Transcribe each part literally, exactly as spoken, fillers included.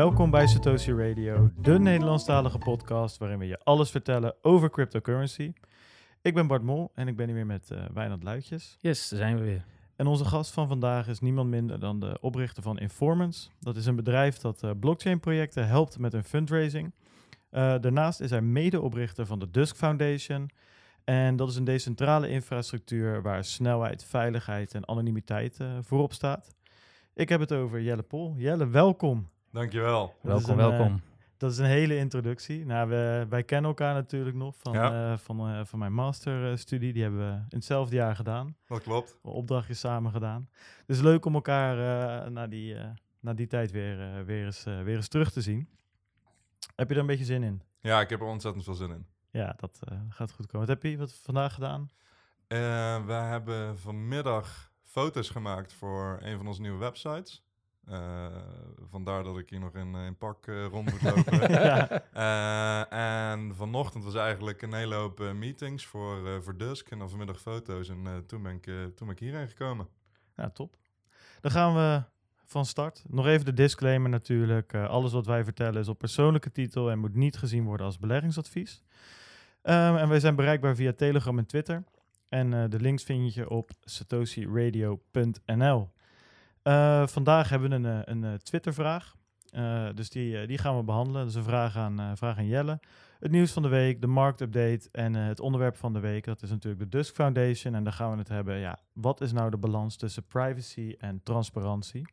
Welkom bij Satoshi Radio, de Nederlandstalige podcast waarin we je alles vertellen over cryptocurrency. Ik ben Bart Mol en ik ben hier weer met uh, Wijnand Luitjes. Yes, daar zijn we weer. En onze gast van vandaag is niemand minder dan de oprichter van Informance. Dat is een bedrijf dat uh, blockchain-projecten helpt met hun fundraising. Uh, daarnaast is hij medeoprichter van de Dusk Foundation. En dat is een decentrale infrastructuur waar snelheid, veiligheid en anonimiteit uh, voorop staat. Ik heb het over Jelle Pol. Jelle, welkom. Dankjewel. Welkom, een, welkom. Uh, dat is een hele introductie. Nou, we, wij kennen elkaar natuurlijk nog van, ja. uh, van, uh, van mijn masterstudie. Die hebben we in hetzelfde jaar gedaan. Dat klopt. Opdrachtjes samen gedaan. Dus leuk om elkaar uh, na, die, uh, na die tijd weer, uh, weer, eens, uh, weer eens terug te zien. Heb je er een beetje zin in? Ja, ik heb er ontzettend veel zin in. Ja, dat uh, gaat goed komen. Wat heb je wat vandaag gedaan? Uh, we hebben vanmiddag foto's gemaakt voor een van onze nieuwe websites. Uh, vandaar dat ik hier nog in, in pak uh, rond moet lopen. ja. uh, en vanochtend was eigenlijk een hele hoop uh, meetings voor, uh, voor Dusk. En dan vanmiddag foto's. En uh, toen, ben ik, uh, toen ben ik hierheen gekomen. Ja, top. Dan gaan we van start. Nog even de disclaimer natuurlijk. Uh, alles wat wij vertellen is op persoonlijke titel en moet niet gezien worden als beleggingsadvies. Um, en wij zijn bereikbaar via Telegram en Twitter. En uh, de links vind je op satoshi radio punt n l. Uh, vandaag hebben we een, een, een Twitter-vraag. Uh, dus die, uh, die gaan we behandelen. Dat is een vraag aan, uh, vraag aan Jelle. Het nieuws van de week, de marktupdate en uh, het onderwerp van de week. Dat is natuurlijk de Dusk Foundation. En daar gaan we het hebben. Ja, wat is nou de balans tussen privacy en transparantie?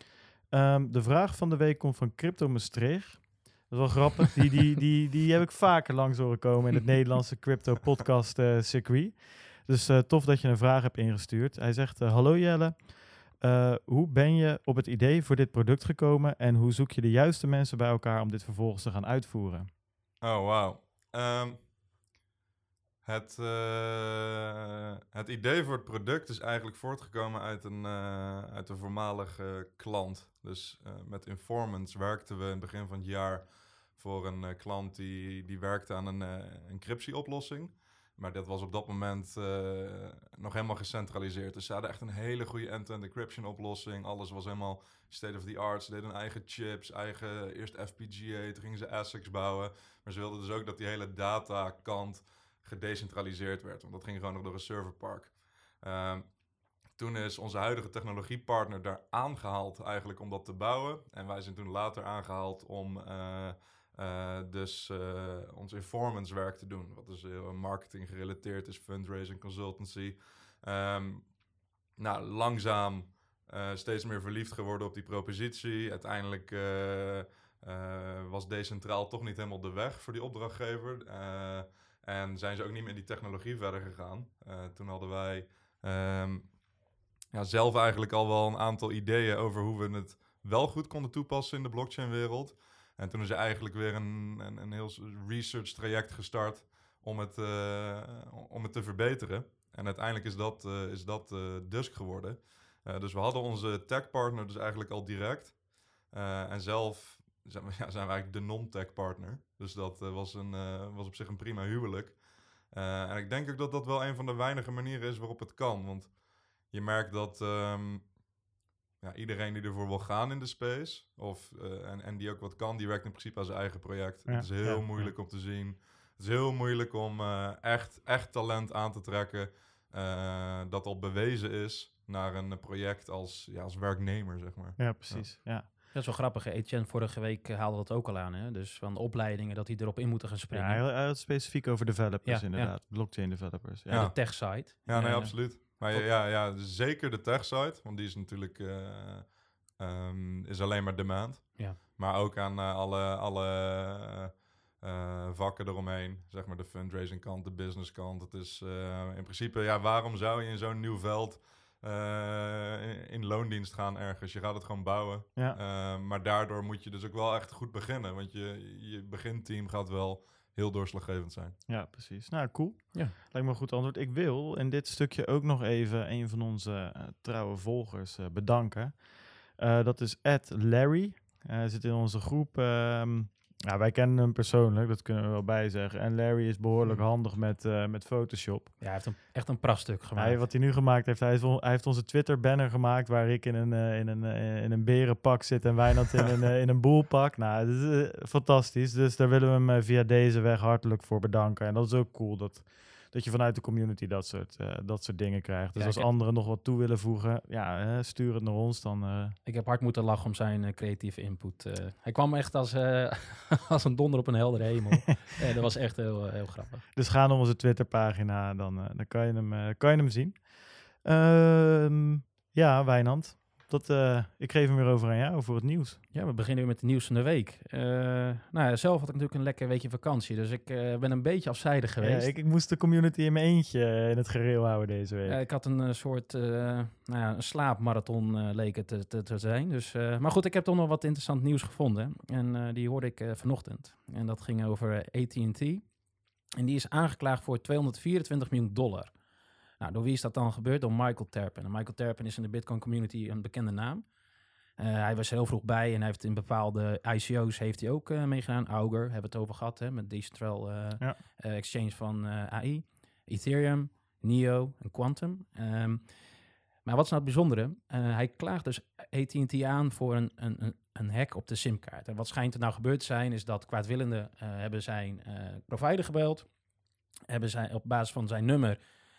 Um, de vraag van de week komt van Crypto Maastricht. Dat is wel grappig. Die, die, die, die heb ik vaker langs horen komen in het Nederlandse crypto podcast uh, circuit. Dus uh, tof dat je een vraag hebt ingestuurd. Hij zegt, uh, hallo Jelle. Uh, hoe ben je op het idee voor dit product gekomen en hoe zoek je de juiste mensen bij elkaar om dit vervolgens te gaan uitvoeren? Oh, wauw. Um, het, uh, het idee voor het product is eigenlijk voortgekomen uit een, uh, uit een voormalige klant. Dus uh, met Informance werkten we in het begin van het jaar voor een uh, klant die, die werkte aan een uh, encryptieoplossing. Maar dat was op dat moment uh, nog helemaal gecentraliseerd. Dus ze hadden echt een hele goede end-to-end encryption oplossing. Alles was helemaal state of the art. Ze deden hun eigen chips, eigen eerst F P G A, toen gingen ze A S I Cs bouwen. Maar ze wilden dus ook dat die hele datakant gedecentraliseerd werd. Want dat ging gewoon nog door een serverpark. Uh, toen is onze huidige technologiepartner daar aangehaald eigenlijk om dat te bouwen. En wij zijn toen later aangehaald om... Uh, Uh, dus uh, ons Informance werk te doen. Wat dus heel marketing gerelateerd is, fundraising, consultancy. Um, nou, langzaam uh, steeds meer verliefd geworden op die propositie. Uiteindelijk uh, uh, was decentraal toch niet helemaal de weg voor die opdrachtgever. Uh, en zijn ze ook niet meer in die technologie verder gegaan. Uh, toen hadden wij um, ja, zelf eigenlijk al wel een aantal ideeën over hoe we het wel goed konden toepassen in de blockchain-wereld. En toen is er eigenlijk weer een, een, een heel research traject gestart om het, uh, om het te verbeteren. En uiteindelijk is dat, uh, is dat uh, Dusk geworden. Uh, dus we hadden onze tech-partner dus eigenlijk al direct. Uh, en zelf zijn we, ja, zijn we eigenlijk de non-tech-partner. Dus dat uh, was, een, uh, was op zich een prima huwelijk. Uh, en ik denk ook dat dat wel een van de weinige manieren is waarop het kan. Want je merkt dat... Um, Ja, iedereen die ervoor wil gaan in de space, of, uh, en, en die ook wat kan, die werkt in principe aan zijn eigen project. Ja, het is heel ja, moeilijk ja. om te zien. Het is heel moeilijk om uh, echt, echt talent aan te trekken uh, dat al bewezen is naar een project als, ja, als werknemer, zeg maar. Ja, precies. Ja. Ja. Dat is wel grappig. Hè? Etienne vorige week haalde dat ook al aan. Hè? Dus van de opleidingen dat die erop in moeten gaan springen. Ja, hij had specifiek over developers ja, inderdaad. Ja. Blockchain developers. Ja, ja. De tech side. Ja, nee, uh, absoluut. Maar ja, ja, ja, zeker de tech side, want die is natuurlijk uh, um, is alleen maar demand. Ja. Maar ook aan uh, alle, alle uh, vakken eromheen, zeg maar de fundraising kant, de business kant. Het is uh, in principe, ja, waarom zou je in zo'n nieuw veld uh, in, in loondienst gaan ergens? Je gaat het gewoon bouwen. Ja. Uh, maar daardoor moet je dus ook wel echt goed beginnen, want je, je beginteam gaat wel heel doorslaggevend zijn. Ja, precies. Nou, cool. Ja. Lijkt me een goed antwoord. Ik wil in dit stukje ook nog even een van onze uh, trouwe volgers uh, bedanken. Uh, dat is at Larry. Hij uh, zit in onze groep. Um, Ja, wij kennen hem persoonlijk, dat kunnen we wel bij zeggen. En Larry is behoorlijk Hmm. handig met, uh, met Photoshop. Ja, hij heeft een, echt een prachtstuk gemaakt. Hij, wat hij nu gemaakt heeft, hij heeft, hij heeft onze Twitter-banner gemaakt waar ik in een, uh, in een, uh, in een berenpak zit en Wijnand in een, uh, in een boelpak. Nou, dat is uh, fantastisch. Dus daar willen we hem uh, via deze weg hartelijk voor bedanken. En dat is ook cool dat, dat je vanuit de community dat soort, uh, dat soort dingen krijgt. Dus ja, als heb... anderen nog wat toe willen voegen, ja, uh, stuur het naar ons. Dan, uh... Ik heb hard moeten lachen om zijn uh, creatieve input. Uh, hij kwam echt als, uh, als een donder op een heldere hemel. uh, dat was echt heel, uh, heel grappig. Dus ga naar onze Twitterpagina, dan, uh, dan kan, je hem, uh, kan je hem zien. Uh, ja, Wijnand. Dat, uh, ik geef hem weer over aan jou voor het nieuws. Ja, we beginnen weer met het nieuws van de week. Uh, nou ja, zelf had ik natuurlijk een lekker weekje vakantie, dus ik uh, ben een beetje afzijdig geweest. Ja, ik, ik moest de community in mijn eentje in het gereel houden deze week. Uh, ik had een uh, soort uh, nou ja, een slaapmarathon uh, leek het te, te, te zijn. Dus, uh, maar goed, ik heb toch nog wat interessant nieuws gevonden. En uh, die hoorde ik uh, vanochtend. En dat ging over A T en T. En die is aangeklaagd voor tweehonderdvierentwintig miljoen dollar. Nou, door wie is dat dan gebeurd? Door Michael Terpen. En Michael Terpen is in de Bitcoin community een bekende naam. Uh, hij was heel vroeg bij en hij heeft in bepaalde I C O's heeft hij ook uh, meegedaan. Augur, hebben we het over gehad, hè, met Decentral uh, ja. uh, Exchange van uh, A I. Ethereum, Neo en Quantum. Um, maar wat is nou het bijzondere? Uh, hij klaagt dus A T en T aan voor een, een, een hack op de simkaart. En wat schijnt er nou gebeurd te zijn, is dat kwaadwillenden uh, hebben zijn uh, provider gebeld. Hebben zij op basis van zijn nummer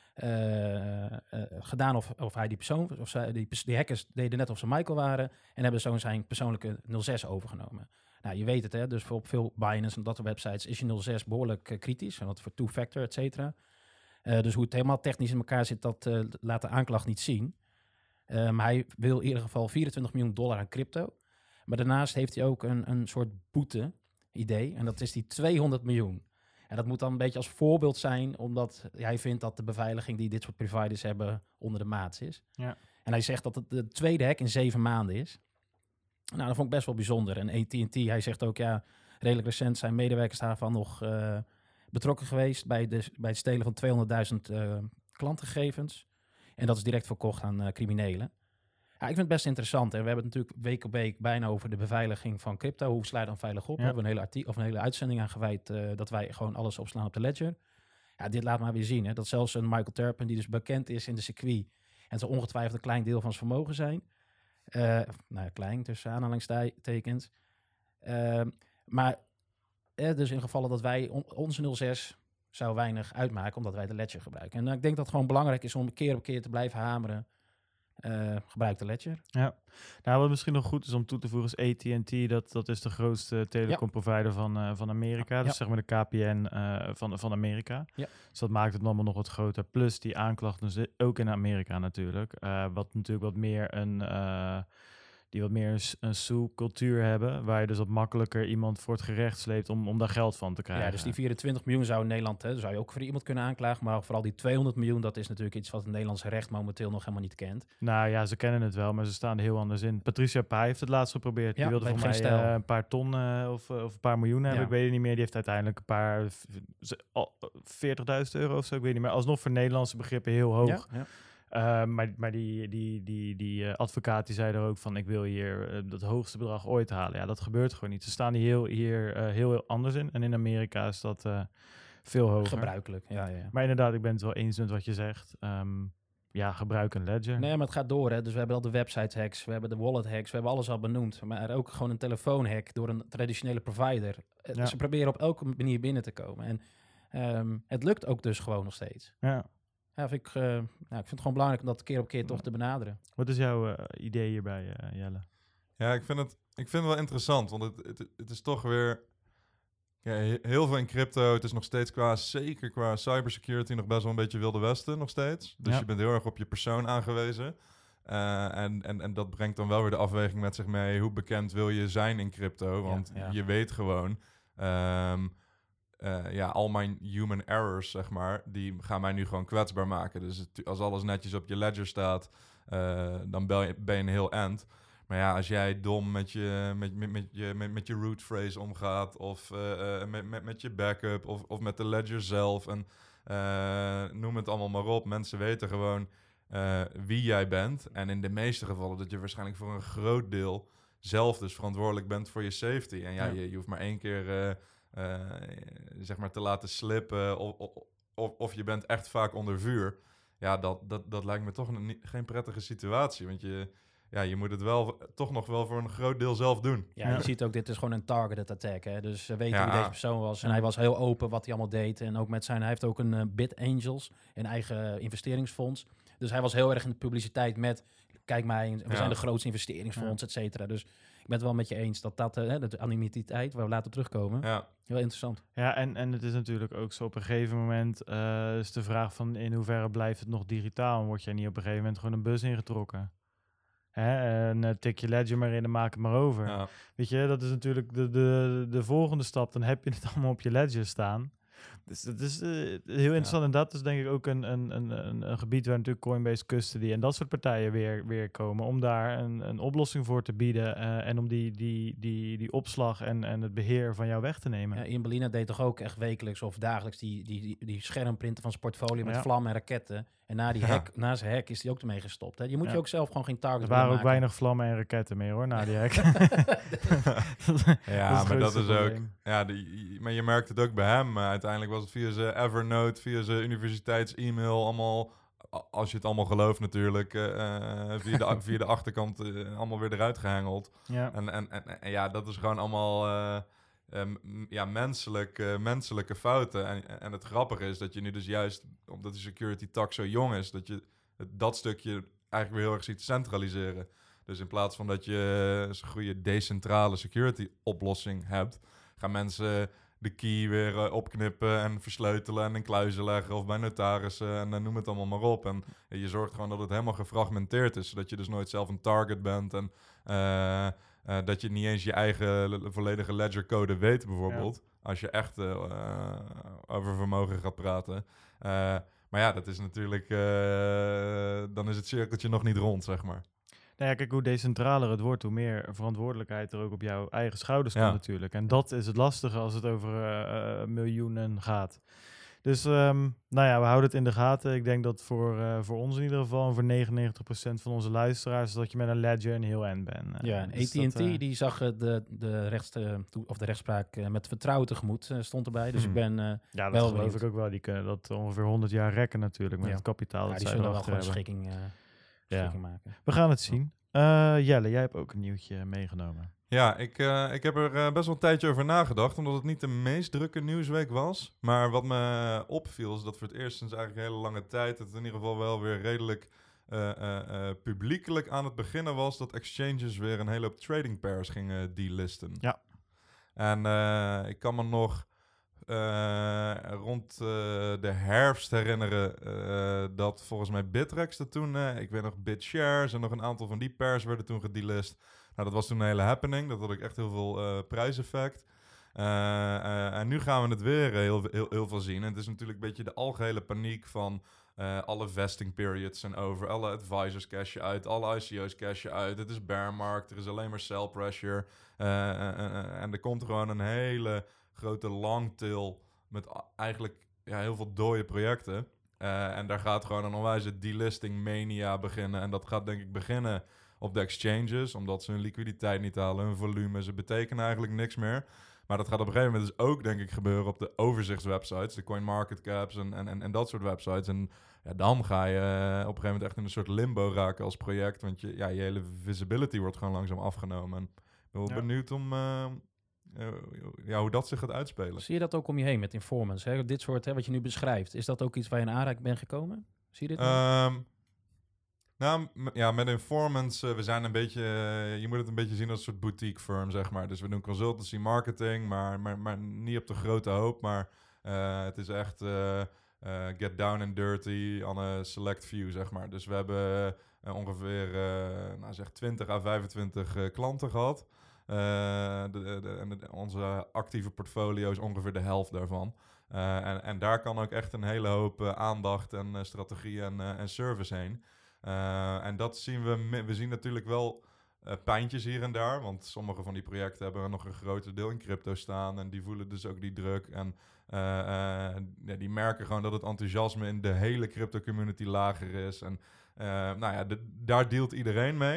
Uh, uh, gedaan of, of hij die persoon, of zij, die, die hackers deden net of ze Michael waren en hebben zo zijn persoonlijke nul zes overgenomen. Nou, je weet het, hè, dus voor op veel Binance en dat soort websites is je nul zes behoorlijk uh, kritisch, en wat voor two-factor, et cetera. Uh, dus hoe het helemaal technisch in elkaar zit, dat uh, laat de aanklacht niet zien. Uh, maar hij wil in ieder geval vierentwintig miljoen dollar aan crypto. Maar daarnaast heeft hij ook een, een soort boete-idee, en dat is die tweehonderd miljoen. En dat moet dan een beetje als voorbeeld zijn, omdat hij vindt dat de beveiliging die dit soort providers hebben onder de maat is. Ja. En hij zegt dat het de tweede hack in zeven maanden is. Nou, dat vond ik best wel bijzonder. En A T en T, hij zegt ook, ja, redelijk recent zijn medewerkers daarvan nog uh, betrokken geweest bij, de, bij het stelen van tweehonderdduizend uh, klantengegevens. En dat is direct verkocht aan uh, criminelen. Ja, ik vind het best interessant. En we hebben het natuurlijk week op week bijna over de beveiliging van crypto. Hoe sla je dan veilig op? Ja. We hebben een hele, artikel, of een hele uitzending aan gewijd uh, dat wij gewoon alles opslaan op de ledger. Ja, dit laat maar weer zien. Hè, dat zelfs een Michael Terpen, die dus bekend is in de circuit en zo ongetwijfeld een klein deel van zijn vermogen zijn. Uh, nou ja, klein, tussen aanhalingstekens. Uh, maar eh, dus in gevallen dat wij on, onze nul zes zou weinig uitmaken, omdat wij de ledger gebruiken. En uh, ik denk dat het gewoon belangrijk is om keer op keer te blijven hameren. Uh, gebruik de ledger. Ja, nou wat misschien nog goed is om toe te voegen is A T en T, dat, dat is de grootste telecomprovider ja. van, uh, van Amerika. Dus ja. zeg maar de K P N uh, van, van Amerika. Ja. Dus dat maakt het allemaal nog wat groter. Plus die aanklacht dus ook in Amerika natuurlijk. Uh, wat natuurlijk wat meer een... Uh, die wat meer een, een sue-cultuur hebben, waar je dus wat makkelijker iemand voor het gerecht sleept om, om daar geld van te krijgen. Ja, dus die vierentwintig miljoen zou in Nederland, hè, zou je ook voor iemand kunnen aanklagen, maar vooral die tweehonderd miljoen, dat is natuurlijk iets wat het Nederlandse recht momenteel nog helemaal niet kent. Nou ja, ze kennen het wel, maar ze staan er heel anders in. Patricia Pai heeft het laatst geprobeerd. Ja, die wilde voor mij uh, een paar ton uh, of, uh, of een paar miljoen hebben, ja. ik weet het niet meer. Die heeft uiteindelijk een paar veertigduizend euro of zo, ik weet niet meer. Alsnog voor Nederlandse begrippen heel hoog. Ja, ja. Uh, maar maar die, die, die, die uh, advocaat die zei er ook van, ik wil hier uh, dat hoogste bedrag ooit halen. Ja, dat gebeurt gewoon niet. Ze staan hier heel, hier, uh, heel, heel anders in. En in Amerika is dat uh, veel hoger. Gebruikelijk, ja, ja. Maar inderdaad, ik ben het wel eens met wat je zegt. Um, ja, gebruik een ledger. Nee, maar het gaat door, hè. Dus we hebben al de website hacks, we hebben de wallet hacks, we hebben alles al benoemd. Maar ook gewoon een telefoonhack door een traditionele provider. Ja. Ze proberen op elke manier binnen te komen. En um, het lukt ook dus gewoon nog steeds. Ja. Ja, vind ik, uh, nou, ik vind het gewoon belangrijk om dat keer op keer toch te benaderen. Wat is jouw uh, idee hierbij, uh, Jelle? Ja, ik vind, het, ik vind het wel interessant, want het, het, het is toch weer... Ja, heel veel in crypto. Het is nog steeds qua, zeker qua cybersecurity, nog best wel een beetje Wilde Westen nog steeds. Dus ja. je bent heel erg op je persoon aangewezen. Uh, en, en, en dat brengt dan wel weer de afweging met zich mee. Hoe bekend wil je zijn in crypto? Want ja, ja. je weet gewoon... Um, Uh, ja, al mijn human errors, zeg maar, die gaan mij nu gewoon kwetsbaar maken. Dus het, als alles netjes op je ledger staat, uh, dan ben je, ben je een heel end. Maar ja, als jij dom met je, met, met, met je, met, met je root phrase omgaat, of uh, uh, met, met, met je backup, of, of met de ledger zelf, en uh, noem het allemaal maar op. Mensen weten gewoon uh, wie jij bent. En in de meeste gevallen dat je waarschijnlijk voor een groot deel zelf dus verantwoordelijk bent voor je safety. En ja, Ja. Je, je hoeft maar één keer uh, uh, zeg maar te laten slippen of, of, of je bent echt vaak onder vuur. Ja, dat, dat, dat lijkt me toch een, niet, geen prettige situatie, want je... Ja, je moet het wel toch nog wel voor een groot deel zelf doen. Ja, Ja. je ziet ook, dit is gewoon een targeted attack. Hè? Dus ze weten Ja. wie deze persoon was. En Ja. hij was heel open wat hij allemaal deed. En ook met zijn, hij heeft ook een uh, Bit Angels, een eigen investeringsfonds. Dus hij was heel erg in de publiciteit met, kijk mij, we Ja. zijn de grootste investeringsfonds, Ja. et cetera. Dus ik ben het wel met je eens dat dat, uh, de anonimiteit, waar we later terugkomen, Ja, heel interessant. Ja, en, en het is natuurlijk ook zo op een gegeven moment uh, is de vraag van in hoeverre blijft het nog digitaal en word jij niet op een gegeven moment gewoon een bus ingetrokken. Hè? En uh, tik je Ledger maar in en maak het maar over. ja. Weet je, dat is natuurlijk de, de, de volgende stap. Dan heb je het allemaal op je Ledger staan. Dus dat is uh, heel interessant. En dat is denk ik ook een, een, een, een, een gebied waar natuurlijk Coinbase Custody en dat soort partijen weer, weer komen. Om daar een, een oplossing voor te bieden. Uh, en om die, die, die, die opslag en, en het beheer van jou weg te nemen. Ja, Ian Bellina deed toch ook echt wekelijks of dagelijks die, die, die, die schermprinten van zijn portfolio met Ja. vlammen en raketten. En na, die Ja. hack, na zijn hack is die ook ermee gestopt. Hè? Je moet Ja. je ook zelf gewoon geen target Er waren ook maken. weinig vlammen en raketten meer hoor, na die hack. Ja, het maar dat grootste is ook... probleem. Ja, die, maar je merkt het ook bij hem. Uh, uiteindelijk was het via zijn Evernote, via zijn universiteits-e-mail, allemaal... Als je het allemaal gelooft natuurlijk, uh, via, de, via de achterkant uh, allemaal weer eruit gehengeld. Ja. En, en, en, en ja, dat is gewoon allemaal uh, um, ja, menselijk, uh, menselijke fouten. En, en het grappige is dat je nu dus juist, omdat die security tak zo jong is, dat je het, dat stukje eigenlijk weer heel erg ziet centraliseren. Dus in plaats van dat je een goede decentrale security oplossing hebt, gaan mensen de key weer uh, opknippen en versleutelen en in kluizen leggen of bij notarissen en uh, noem het allemaal maar op. En uh, je zorgt gewoon dat het helemaal gefragmenteerd is, zodat je dus nooit zelf een target bent en uh, uh, dat je niet eens je eigen le- volledige ledger code weet bijvoorbeeld, ja. Als je echt uh, uh, over vermogen gaat praten. Uh, maar ja, dat is natuurlijk, uh, dan is het cirkeltje nog niet rond, zeg maar. Nou ja, kijk, hoe decentraler het wordt, hoe meer verantwoordelijkheid er ook op jouw eigen schouders Ja. komt natuurlijk. En dat is het lastige als het over uh, uh, miljoenen gaat. Dus um, nou ja, we houden het in de gaten. Ik denk dat voor, uh, voor ons in ieder geval en voor negenennegentig procent van onze luisteraars dat je met een ledger een heel end bent. Uh, Ja, en dus A T en T dat, uh, die zag uh, de, de, rechts, uh, of de rechtspraak uh, met vertrouwen tegemoet, uh, stond erbij. Dus Hmm. ik ben uh, ja, dat wel geloof benieuwd. ik ook wel. Die kunnen dat ongeveer honderd jaar rekken natuurlijk met Ja. het kapitaal Ja, dat die zij zullen wel erachter gewoon hebben. schikking, uh, Ja. schikking maken. We gaan het zien. Uh, Jelle, jij hebt ook een nieuwtje meegenomen. Ja, ik, uh, ik heb er uh, best wel een tijdje over nagedacht, omdat het niet de meest drukke nieuwsweek was. Maar wat me opviel is dat voor het eerst sinds eigenlijk een hele lange tijd het in ieder geval wel weer redelijk uh, uh, uh, publiekelijk aan het beginnen was dat exchanges weer een hele hoop trading pairs gingen delisten. Ja. En uh, ik kan me nog uh, rond uh, de herfst herinneren uh, dat volgens mij Bittrex er toen, uh, ik weet nog BitShares en nog een aantal van die pairs werden toen gedelist. Nou, dat was toen een hele happening. Dat had ook echt heel veel uh, prijseffect. Uh, uh, en nu gaan we het weer heel, heel, heel veel zien. En het is natuurlijk een beetje de algehele paniek van uh, alle vesting periods zijn over. Alle advisors cashen uit. Alle I C O's cashen uit. Het is bearmarkt. Er is alleen maar sell pressure. Uh, uh, uh, en er komt gewoon een hele grote longtail met eigenlijk ja, heel veel dode projecten. Uh, en daar gaat gewoon een onwijze delisting mania beginnen. En dat gaat denk ik beginnen op de exchanges, omdat ze hun liquiditeit niet halen, hun volume, ze betekenen eigenlijk niks meer. Maar dat gaat op een gegeven moment dus ook, denk ik, gebeuren op de overzichtswebsites, de CoinMarketCaps en, en, en dat soort websites. En ja, dan ga je uh, op een gegeven moment echt in een soort limbo raken als project, want je, ja, je hele visibility wordt gewoon langzaam afgenomen. En ik ben wel Ja. benieuwd om uh, uh, ja, hoe dat zich gaat uitspelen. Zie je dat ook om je heen met informants? Hè? Dit soort, hè, wat je nu beschrijft, is dat ook iets waar je in aanraking bent gekomen? Zie je dit nou? Um, Nou, m- ja, met informants, uh, we zijn een beetje, uh, je moet het een beetje zien als een soort boutique firm, zeg maar. Dus we doen consultancy marketing, maar, maar, maar niet op de grote hoop. Maar uh, het is echt uh, uh, get down and dirty on a select few, zeg maar. Dus we hebben uh, ongeveer, uh, nou zeg, twintig à vijfentwintig uh, klanten gehad. Uh, de, de, en de, onze actieve portfolio is ongeveer de helft daarvan. Uh, en, en daar kan ook echt een hele hoop uh, aandacht en uh, strategie en, uh, en service heen. Uh, en dat zien we, we zien natuurlijk wel uh, pijntjes hier en daar, want sommige van die projecten hebben nog een groter deel in crypto staan en die voelen dus ook die druk en uh, uh, ja, die merken gewoon dat het enthousiasme in de hele crypto community lager is en uh, nou ja, de, daar dealt iedereen mee.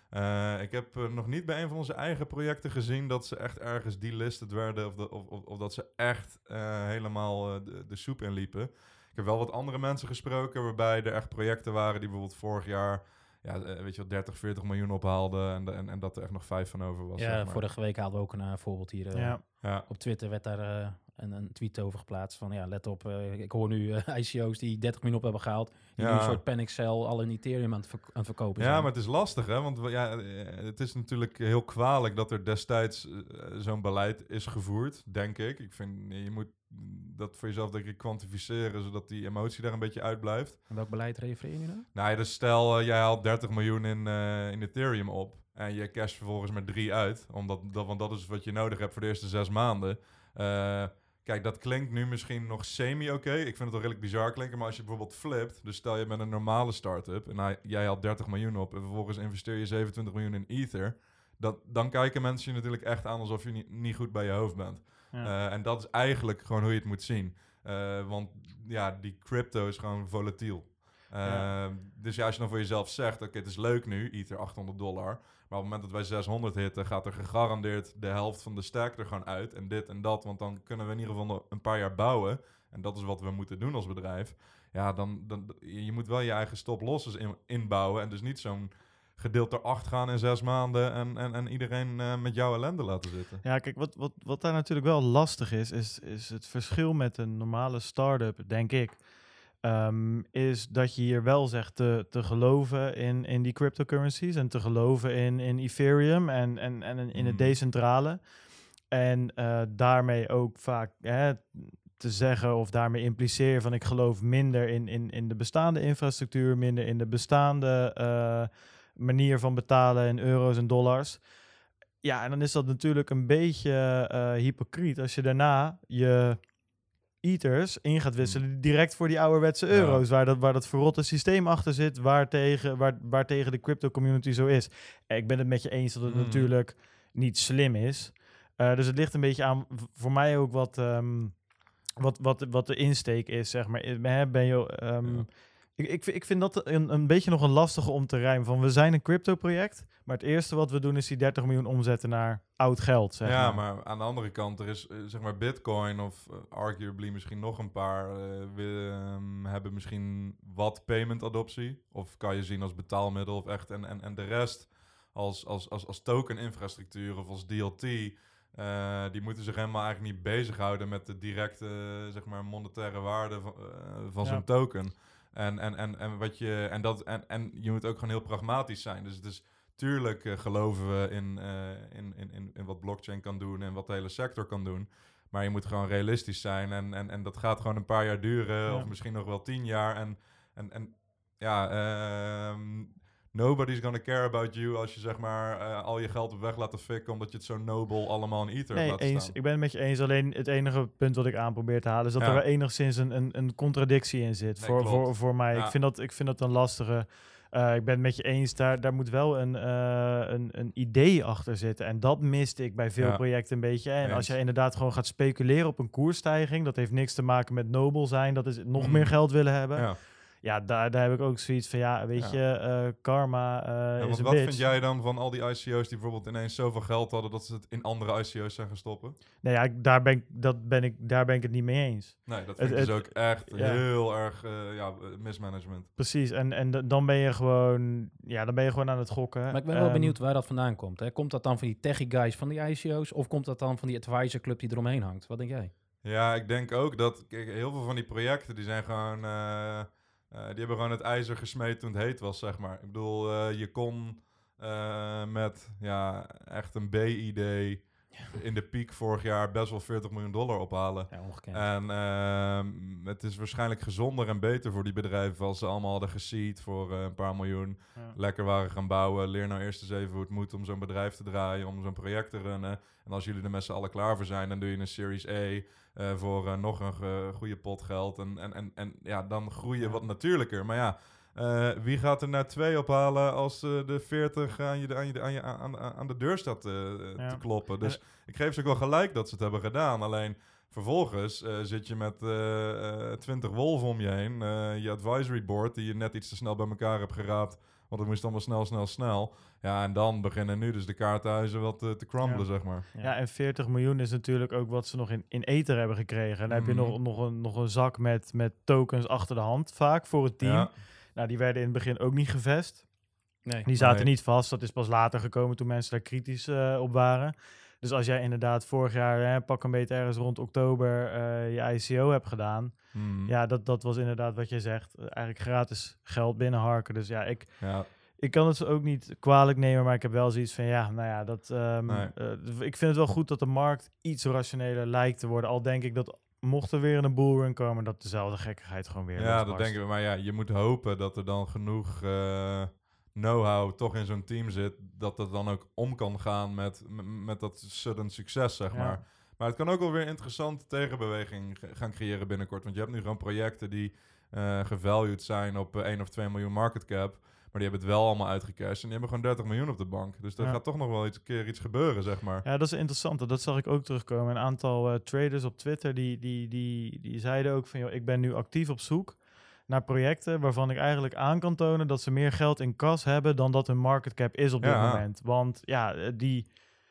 Uh, ik heb uh, nog niet bij een van onze eigen projecten gezien dat ze echt ergens delisted werden of, de, of, of, of dat ze echt uh, helemaal uh, de, de soep inliepen. Ik heb wel wat andere mensen gesproken waarbij er echt projecten waren die bijvoorbeeld vorig jaar ja, uh, weet je wel, dertig, veertig miljoen ophaalden en, en, en dat er echt nog vijf van over was. Ja, zeg maar. Vorige week hadden we ook een uh, voorbeeld hier. Uh, Ja. Ja. Op Twitter werd daar uh, een, een tweet over geplaatst van ja, let op, uh, ik hoor nu uh, I C O's die dertig miljoen op hebben gehaald, die Ja. nu een soort panic sell al hun Ethereum aan het, verk- aan het verkopen zijn. Ja, maar het is lastig, hè? Want ja, het is natuurlijk heel kwalijk dat er destijds uh, zo'n beleid is gevoerd, denk ik. Ik vind, je moet dat voor jezelf denk ik kwantificeren, zodat die emotie daar een beetje uitblijft. En welk beleid refereer je nu naar? Nou ja, dus stel, uh, jij haalt dertig miljoen in, uh, in Ethereum op en je cash vervolgens maar drie uit, omdat, dat, want dat is wat je nodig hebt voor de eerste zes maanden. Uh, Kijk, dat klinkt nu misschien nog semi-oké. Ik vind het wel redelijk bizar klinken, maar als je bijvoorbeeld flipt, dus stel je met een normale start-up en hij, jij haalt dertig miljoen op en vervolgens investeer je zevenentwintig miljoen in Ether, dat, dan kijken mensen je natuurlijk echt aan alsof je niet, niet goed bij je hoofd bent. Ja. Uh, en dat is eigenlijk gewoon hoe je het moet zien. Uh, want ja, die crypto is gewoon volatiel. Uh, ja. Dus ja, als je dan voor jezelf zegt, oké, okay, het is leuk nu, Ether achthonderd dollar, maar op het moment dat wij zeshonderd hitten, gaat er gegarandeerd de helft van de stack er gewoon uit. En dit en dat, want dan kunnen we in ieder geval een paar jaar bouwen. En dat is wat we moeten doen als bedrijf. Ja, dan, dan je moet wel je eigen stop-losses in, inbouwen. En dus niet zo'n gedeeld eracht gaan in zes maanden en, en, en iedereen uh, met jouw ellende laten zitten. Ja, kijk, wat, wat, wat daar natuurlijk wel lastig is, is, is het verschil met een normale start-up, denk ik. Um, is dat je hier wel zegt te, te geloven in, in die cryptocurrencies en te geloven in, in Ethereum en, en, en in het decentrale. En uh, daarmee ook vaak hè, te zeggen of daarmee impliceer je van ik geloof minder in, in, in de bestaande infrastructuur, minder in de bestaande uh, manier van betalen in euro's en dollars. Ja, en dan is dat natuurlijk een beetje uh, hypocriet als je daarna je Ethers in gaat wisselen direct voor die ouderwetse euro's, ja. waar, dat, waar dat verrotte systeem achter zit, waar tegen, waar, waar tegen de crypto community zo is. En ik ben het met je eens dat het mm. natuurlijk niet slim is. Uh, dus het ligt een beetje aan, v- voor mij ook wat, um, wat, wat, wat de insteek is, zeg maar. Ben je... Um, ja. Ik, ik, ik vind dat een, een beetje nog een lastige om te rijmen. Van we zijn een crypto-project, maar het eerste wat we doen is die dertig miljoen omzetten naar oud geld. Zeg ja, maar. maar aan de andere kant, er is uh, zeg maar Bitcoin of uh, arguably misschien nog een paar uh, we, um, hebben misschien wat payment adoptie. Of kan je zien als betaalmiddel of echt. En, en, en de rest als, als, als, als token infrastructuur of als D L T. Uh, die moeten zich helemaal eigenlijk niet bezighouden met de directe uh, zeg maar monetaire waarde van, uh, van ja. zo'n token. En, en, en, en, wat je, en, dat, en, en je moet ook gewoon heel pragmatisch zijn. Dus het is tuurlijk uh, geloven we in, uh, in, in, in, in wat blockchain kan doen en wat de hele sector kan doen. Maar je moet gewoon realistisch zijn. En, en, en dat gaat gewoon een paar jaar duren, ja. of misschien nog wel tien jaar. En, en, en ja, um, nobody's gonna care about you als je zeg maar uh, al je geld op weg laat fikken omdat je het zo nobel allemaal in Ether nee, laat eens. staan. Ik ben het met je eens. Alleen het enige punt wat ik aan probeer te halen is dat ja. er wel enigszins een, een, een contradictie in zit. Nee, voor, voor, voor mij. Ja. Ik, vind dat, ik vind dat een lastige. Uh, ik ben het met je eens. Daar, daar moet wel een, uh, een, een idee achter zitten. En dat miste ik bij veel ja. projecten een beetje. En eens. Als je inderdaad gewoon gaat speculeren op een koersstijging, dat heeft niks te maken met nobel zijn. Dat is nog mm. meer geld willen hebben. Ja. Ja, daar, daar heb ik ook zoiets van, ja, weet ja. je, uh, karma uh, ja, is een wat bitch. vind jij dan van al die I C O's die bijvoorbeeld ineens zoveel geld hadden dat ze het in andere I C O's zijn gaan stoppen? Nee, ja, daar ben ik, dat ben ik, daar ben ik het niet mee eens. Nee, dat vind ik dus ook echt ja. heel erg uh, ja, mismanagement. Precies, en, en d- dan ben je gewoon, ja, dan ben je gewoon aan het gokken. Maar ik ben wel um, benieuwd waar dat vandaan komt. Hè? Komt dat dan van die techie guys van die I C O's of komt dat dan van die advisor club die eromheen hangt? Wat denk jij? Ja, ik denk ook dat, kijk, heel veel van die projecten die zijn gewoon... Uh, Uh, die hebben gewoon het ijzer gesmeed toen het heet was, zeg maar. Ik bedoel, uh, je kon uh, met ja, echt een B-idee in de piek vorig jaar best wel veertig miljoen dollar ophalen. Ja, ongekend. En uh, het is waarschijnlijk gezonder en beter voor die bedrijven als ze allemaal hadden geseed voor uh, een paar miljoen. Ja. Lekker waren gaan bouwen. Leer nou eerst eens even hoe het moet om zo'n bedrijf te draaien, om zo'n project te runnen. En als jullie er met z'n allen klaar voor zijn, dan doe je een Series A... Uh, voor uh, nog een uh, goede pot geld. En, en, en, en ja, dan groei je ja. wat natuurlijker. Maar ja, uh, wie gaat er nou twee ophalen als uh, de veertig aan, je, aan, je, aan, je, aan, aan de deur staat uh, ja. te kloppen? Dus ja. ik geef ze ook wel gelijk dat ze het hebben gedaan. Alleen vervolgens uh, zit je met twintig uh, uh, wolven om je heen. Uh, je advisory board die je net iets te snel bij elkaar hebt geraapt Want het moest allemaal snel, snel, snel. Ja, en dan beginnen nu dus de kaarthuizen wat uh, te crumblen, Ja. zeg maar. Ja. ja, en veertig miljoen is natuurlijk ook wat ze nog in, in ether hebben gekregen. En dan Mhm. heb je nog, nog, een, nog een zak met, met tokens achter de hand, vaak, voor het team. Ja. Nou, die werden in het begin ook niet gevest. Nee. Die zaten Nee. niet vast. Dat is pas later gekomen toen mensen daar kritisch uh, op waren. Dus als jij inderdaad vorig jaar, hè, pak een beetje ergens rond oktober, uh, je I C O hebt gedaan. Mhm. Ja, dat, dat was inderdaad wat je zegt. Uh, eigenlijk gratis geld binnenharken. Dus ja, ik... Ja. Ik kan het ze ook niet kwalijk nemen, maar ik heb wel zoiets van, ja, nou ja, dat, um, Nee. uh, ik vind het wel goed dat de markt iets rationeler lijkt te worden. Al denk ik dat mocht er weer een bullrun komen, dat dezelfde gekkigheid gewoon weer Ja, dat losbarst. denken we. Maar ja, je moet hopen dat er dan genoeg uh, know-how toch in zo'n team zit, dat het dan ook om kan gaan met, m- met dat sudden succes, zeg Ja. maar. Maar het kan ook wel weer een interessante tegenbeweging g- gaan creëren binnenkort. Want je hebt nu gewoon projecten die uh, gevalued zijn op uh, één of twee miljoen market cap. Maar die hebben het wel allemaal uitgecashed. En die hebben gewoon dertig miljoen op de bank. Dus er Ja. gaat toch nog wel iets, een keer iets gebeuren, zeg maar. Ja, dat is interessant. Dat zag ik ook terugkomen. Een aantal uh, traders op Twitter, die, die, die, die zeiden ook van, joh, ik ben nu actief op zoek naar projecten waarvan ik eigenlijk aan kan tonen dat ze meer geld in kas hebben dan dat hun market cap is op dit Ja. moment. Want ja, die...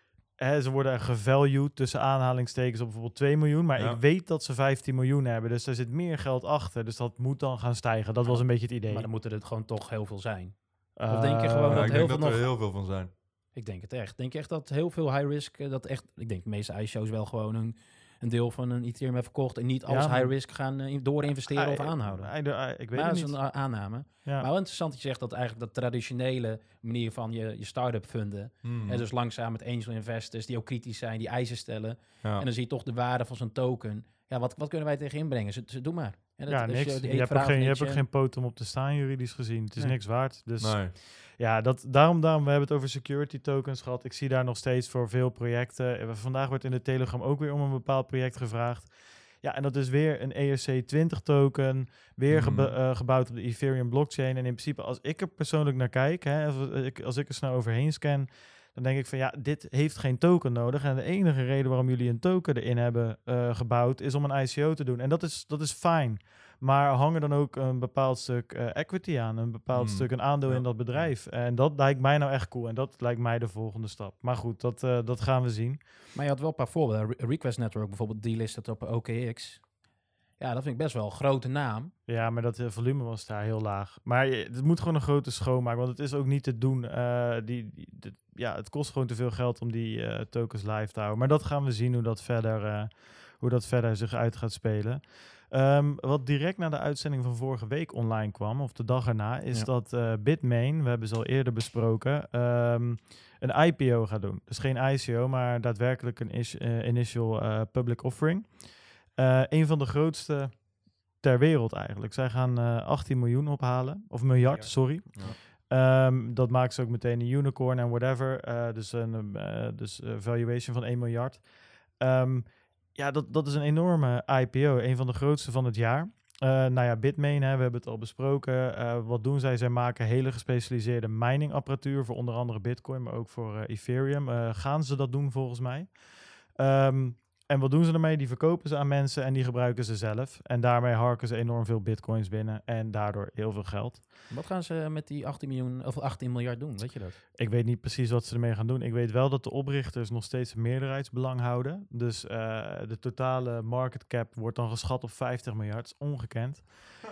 Hè, ze worden gevalued tussen aanhalingstekens op bijvoorbeeld twee miljoen. Maar Ja. ik weet dat ze vijftien miljoen hebben. Dus er zit meer geld achter. Dus dat moet dan gaan stijgen. Dat was een beetje het idee. Maar dan moeten er gewoon toch heel veel zijn. Uh, of denk je gewoon Ja, dat ik heel denk veel dat er nog- heel veel van zijn. Ik denk het echt. Denk je echt dat heel veel high risk, uh, dat echt, ik denk de meeste I C O's wel gewoon een, een deel van een Ethereum hebben verkocht en niet alles Ja, maar- high risk gaan uh, doorinvesteren Ah, of eh, aanhouden. I- I- ik weet Maar het dat is niet. een a- aanname. Ja. Maar wel interessant dat je zegt dat eigenlijk dat traditionele manier van je, je start-up funden, Hmm. en dus langzaam met angel investors die ook kritisch zijn, die eisen stellen, Ja. en dan zie je toch de waarde van zo'n token. Ja, wat, wat kunnen wij tegen inbrengen? Ze, ze doe maar. En dat- ja, als niks. die Je, eet hebt ook vanavond geen, je hebt niks, ook uh, geen poot om op te staan, juridisch gezien. Het is Nee. niks waard. Dus Nee. ja, dat, daarom, daarom, we hebben het over security tokens gehad. Ik zie daar nog steeds voor veel projecten. Eh, Vandaag wordt in de Telegram ook weer om een bepaald project gevraagd. Ja, en dat is weer een E R C twintig token, weer Mhm. gebe- uh, gebouwd op de Ethereum blockchain. En in principe, als ik er persoonlijk naar kijk, hè, als, ik, als ik er snel overheen scan, dan denk ik van ja, dit heeft geen token nodig. En de enige reden waarom jullie een token erin hebben uh, gebouwd, is om een I C O te doen. En dat is, dat is fijn. Maar hang er dan ook een bepaald stuk uh, equity aan, een bepaald Hmm. stuk, een aandeel Ja. in dat bedrijf. En dat lijkt mij nou echt cool. En dat lijkt mij de volgende stap. Maar goed, dat, uh, dat gaan we zien. Maar je had wel een paar voorbeelden. Re- Request Network bijvoorbeeld, die listed op O K X. Ja, dat vind ik best wel een grote naam. Ja, maar dat uh, volume was daar heel laag. Maar je, het moet gewoon een grote schoonmaak, want het is ook niet te doen. Uh, die, die, de, ja, het kost gewoon te veel geld om die uh, tokens live te houden. Maar dat gaan we zien hoe dat verder, uh, hoe dat verder zich uit gaat spelen. Um, wat direct na de uitzending van vorige week online kwam, of de dag erna, is Ja. dat uh, Bitmain, we hebben ze al eerder besproken, um, een I P O gaat doen. Dus geen I C O, maar daadwerkelijk een is, uh, initial uh, public offering. Uh, een van de grootste ter wereld eigenlijk. Zij gaan uh, achttien miljoen ophalen, of miljard, sorry. Ja. Um, dat maakt ze ook meteen een unicorn en whatever. Uh, dus een uh, dus, uh, valuation van één miljard. Um, ja, dat, dat is een enorme I P O. Een van de grootste van het jaar. Uh, nou ja, Bitmain, hè, we hebben het al besproken. Uh, wat doen zij? Zij maken hele gespecialiseerde miningapparatuur voor onder andere Bitcoin, maar ook voor uh, Ethereum. Uh, gaan ze dat doen volgens mij? Um, en wat doen ze ermee? Die verkopen ze aan mensen en die gebruiken ze zelf. En daarmee harken ze enorm veel bitcoins binnen en daardoor heel veel geld. Wat gaan ze met die achttien miljoen of achttien miljard doen? Weet je dat? Ik weet niet precies wat ze ermee gaan doen. Ik weet wel dat de oprichters nog steeds een meerderheidsbelang houden. Dus uh, de totale market cap wordt dan geschat op vijftig miljard. Dat is ongekend.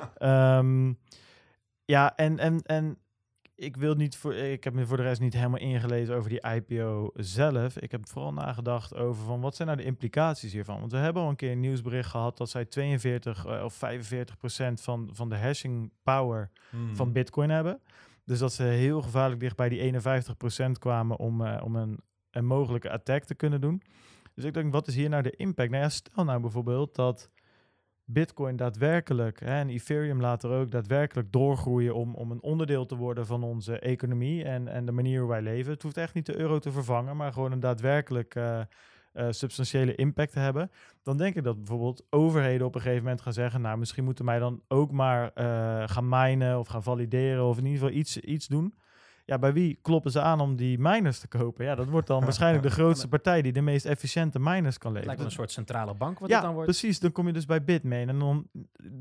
um, ja, en, en, en ik wil niet voor, ik heb me voor de rest niet helemaal ingelezen over die I P O zelf. Ik heb vooral nagedacht over van wat zijn nou de implicaties hiervan. Want we hebben al een keer een nieuwsbericht gehad dat zij tweeënveertig uh, of vijfenveertig procent van, van de hashing power Hmm. van Bitcoin hebben. Dus dat ze heel gevaarlijk dicht bij die eenenvijftig procent kwamen om, uh, om een, een mogelijke attack te kunnen doen. Dus ik denk, wat is hier nou de impact? Nou ja, stel nou bijvoorbeeld dat Bitcoin daadwerkelijk, hè, en Ethereum later ook, daadwerkelijk doorgroeien om, om een onderdeel te worden van onze economie en, en de manier hoe wij leven. Het hoeft echt niet de euro te vervangen, maar gewoon een daadwerkelijk uh, uh, substantiële impact te hebben. Dan denk ik dat bijvoorbeeld overheden op een gegeven moment gaan zeggen, nou, misschien moeten wij dan ook maar uh, gaan minen of gaan valideren of in ieder geval iets, iets doen. Ja, bij wie kloppen ze aan om die miners te kopen? Ja, dat wordt dan waarschijnlijk de grootste partij die de meest efficiënte miners kan leveren. Het lijkt wel een soort centrale bank wat ja, het dan wordt. precies. Dan kom je dus bij Bitmain. En dan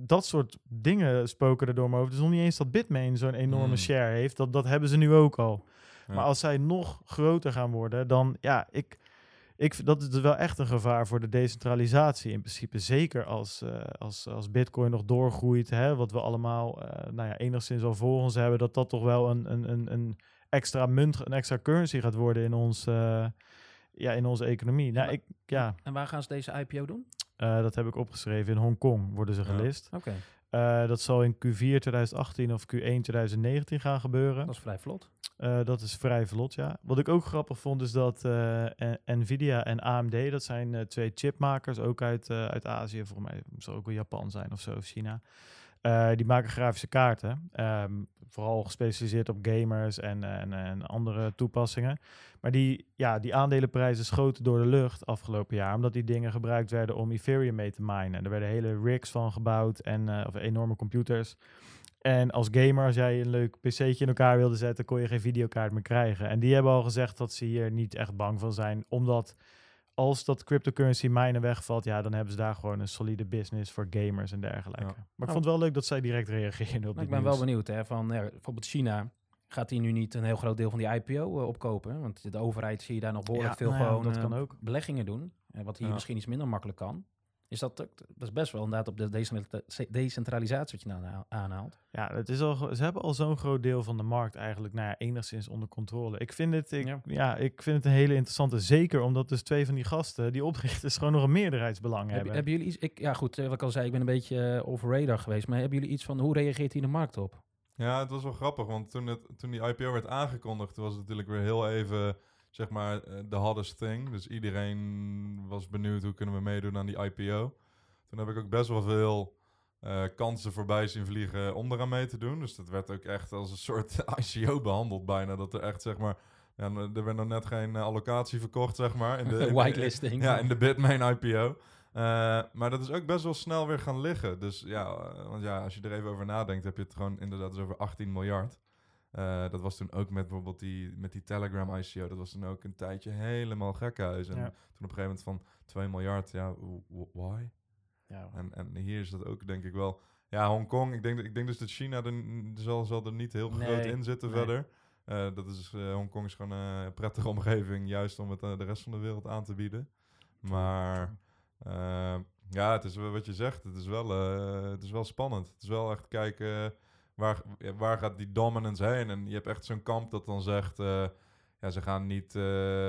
dat soort dingen spoken er door me over. Het is nog niet eens dat Bitmain zo'n enorme Mm. share heeft. Dat, dat hebben ze nu ook al. Ja. Maar als zij nog groter gaan worden, dan ja, ik, ik, dat is wel echt een gevaar voor de decentralisatie in principe. Zeker als, uh, als, als Bitcoin nog doorgroeit, hè, wat we allemaal uh, nou ja, enigszins al voor ons hebben, dat dat toch wel een, een, een, een extra munt, een extra currency gaat worden in, ons, uh, ja, in onze economie. Nou, wa- ik, ja, En waar gaan ze deze I P O doen? uh, dat heb ik opgeschreven. In Hongkong worden ze Ja. gelist. Oké, Uh, dat zal in Q vier twintig achttien of Q één twintig negentien gaan gebeuren. dat is vrij vlot. Uh, dat is vrij vlot, ja. Wat ik ook grappig vond is dat uh, Nvidia en A M D, dat zijn uh, twee chipmakers, ook uit, uh, uit Azië, volgens mij zal ook wel Japan zijn of zo, of China. Uh, die maken grafische kaarten, um, vooral gespecialiseerd op gamers en, en, en andere toepassingen. Maar die, ja, die aandelenprijzen schoten door de lucht afgelopen jaar, omdat die dingen gebruikt werden om Ethereum mee te minen. Er werden hele rigs van gebouwd, en, uh, of enorme computers. En als gamer, als jij een leuk pc'tje in elkaar wilde zetten, kon je geen videokaart meer krijgen. En die hebben al gezegd dat ze hier niet echt bang van zijn, omdat als dat cryptocurrency minen wegvalt, ja, dan hebben ze daar gewoon een solide business voor gamers en dergelijke. Ja. Maar ik Oh. vond het wel leuk dat zij direct reageerden op Nou, die ik ben wel benieuwd, hè, van ja, bijvoorbeeld China. Gaat die nu niet een heel groot deel van die I P O uh, opkopen? Want de overheid zie je daar nog behoorlijk Ja, veel nou ja, gewoon dat uh, kan ook. beleggingen doen. Uh, wat hier Ja. misschien iets minder makkelijk kan. Is dat, ook- dat is best wel inderdaad op de decentralisa- decentralisatie wat je nou a- aanhaalt. Ja, het is al, ge- ze hebben al zo'n groot deel van de markt eigenlijk nou ja, enigszins onder controle. Ik vind, het, ik, Ja. ja. ik vind het een hele interessante, zeker omdat dus twee van die gasten, die oprichters, gewoon nog een meerderheidsbelang Heb, hebben. hebben jullie iets? Ik, ja goed, uh, wat ik al zei, ik ben een beetje uh, off-radar geweest. Maar hebben jullie iets van, hoe reageert hier de markt op? Ja, het was wel grappig, want toen, het, toen die I P O werd aangekondigd, toen was het natuurlijk weer heel even, zeg maar, eh, the hottest thing. Dus iedereen was benieuwd hoe kunnen we meedoen aan die I P O. Toen heb ik ook best wel veel eh, kansen voorbij zien vliegen om eraan mee te doen. Dus dat werd ook echt als een soort I C O behandeld bijna. Dat er echt, zeg maar, ja, er werd nog net geen uh, allocatie verkocht, zeg maar. In de, in, Whitelisting. Ja, in de Bitmain I P O. Uh, maar dat is ook best wel snel weer gaan liggen. Dus ja, uh, want ja, als je er even over nadenkt, heb je het gewoon inderdaad dus over achttien miljard. Uh, dat was toen ook met bijvoorbeeld die, met die Telegram I C O. Dat was toen ook een tijdje helemaal gekhuis. En Ja. toen op een gegeven moment van twee miljard, ja, w- w- why? Ja, En, en hier is dat ook denk ik wel. Ja, Hongkong, ik denk, ik denk dus dat China er n- zal, zal er niet heel Nee, groot in zitten nee. verder. Uh, dat is, uh, Hongkong is gewoon uh, een prettige omgeving, juist om het uh, de rest van de wereld aan te bieden. Maar uh, ja, het is wel wat je zegt, het is wel, uh, het is wel spannend. Het is wel echt kijken, uh, waar, waar gaat die dominance heen? En je hebt echt zo'n kamp dat dan zegt, uh, ja, ze gaan niet uh, uh,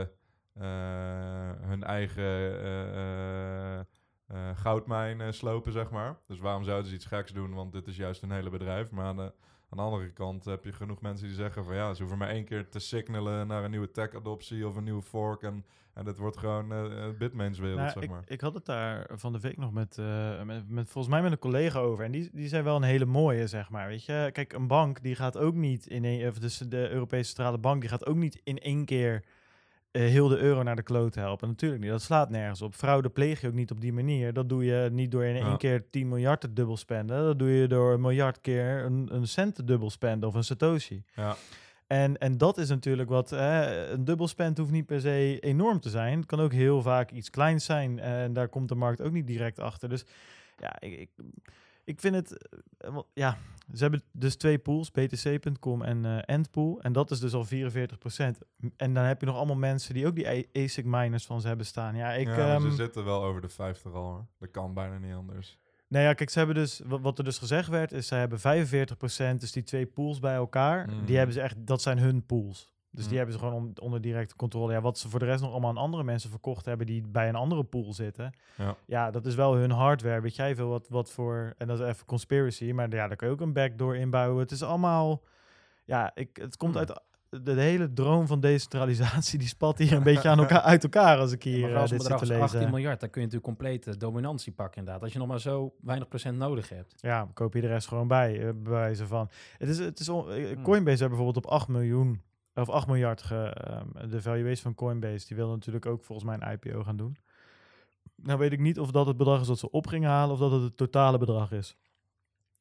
hun eigen uh, uh, uh, goudmijn uh, slopen, zeg maar. Dus waarom zouden ze iets geks doen? Want dit is juist een hele bedrijf. Maar aan de, aan de andere kant heb je genoeg mensen die zeggen van ja, ze hoeven maar één keer te signalen naar een nieuwe tech-adoptie of een nieuwe fork. En, en dit wordt gewoon uh, Bitmain's wereld, Nou, zeg ik, maar. ik had het daar van de week nog met, uh, met, met volgens mij met een collega over. En die, die zei wel een hele mooie, zeg maar. Weet je, kijk, een bank die gaat ook niet in een, of dus de Europese Centrale Bank, die gaat ook niet in één keer uh, heel de euro naar de kloot helpen. Natuurlijk niet. Dat slaat nergens op. Fraude pleeg je ook niet op die manier. Dat doe je niet door in één Ja. keer tien miljard te dubbel spenden. Dat doe je door een miljard keer een, een cent te dubbel spenden of een satoshi. Ja. En, en dat is natuurlijk wat, eh, een dubbelspend hoeft niet per se enorm te zijn. Het kan ook heel vaak iets kleins zijn en daar komt de markt ook niet direct achter. Dus ja, ik, ik, ik vind het, uh, wel- ja, ze hebben dus twee pools, B T C punt com en uh, Endpool. En dat is dus al vierenveertig procent. En dan heb je nog allemaal mensen die ook die A- ASIC miners van ze hebben staan. Ja, ik... ja, maar ehm, ze zitten wel over de vijftig al, hoor. Dat kan bijna niet anders. Nou ja, kijk, ze hebben dus, wat, wat er dus gezegd werd, is ze hebben vijfenveertig procent, dus die twee pools bij elkaar, Mm. die hebben ze echt, dat zijn hun pools. Dus Mm. die hebben ze gewoon on- onder directe controle. Ja, wat ze voor de rest nog allemaal aan andere mensen verkocht hebben die bij een andere pool zitten. Ja. Ja, dat is wel hun hardware. Weet jij veel wat, wat voor, en dat is even conspiracy, maar ja, daar kun je ook een backdoor inbouwen. Het is allemaal, ja, ik, het komt Hmm. uit, de, de hele droom van decentralisatie, die spat hier een beetje aan elkaar, uit elkaar als ik Ja, hier maar uh, voor als dit een zit bedrag te als lezen. achttien miljard, dan kun je natuurlijk complete dominantie pakken inderdaad. Als je nog maar zo weinig procent nodig hebt. Ja, koop je de rest gewoon bij, uh, bij wijze van. Het is, het is on- uh, Hmm. Coinbase hebben bijvoorbeeld op acht miljoen, of acht miljard, ge, um, de valuation van Coinbase, die willen natuurlijk ook volgens mij een I P O gaan doen. Nou weet ik niet of dat het bedrag is dat ze op gingen halen, of dat het het totale bedrag is.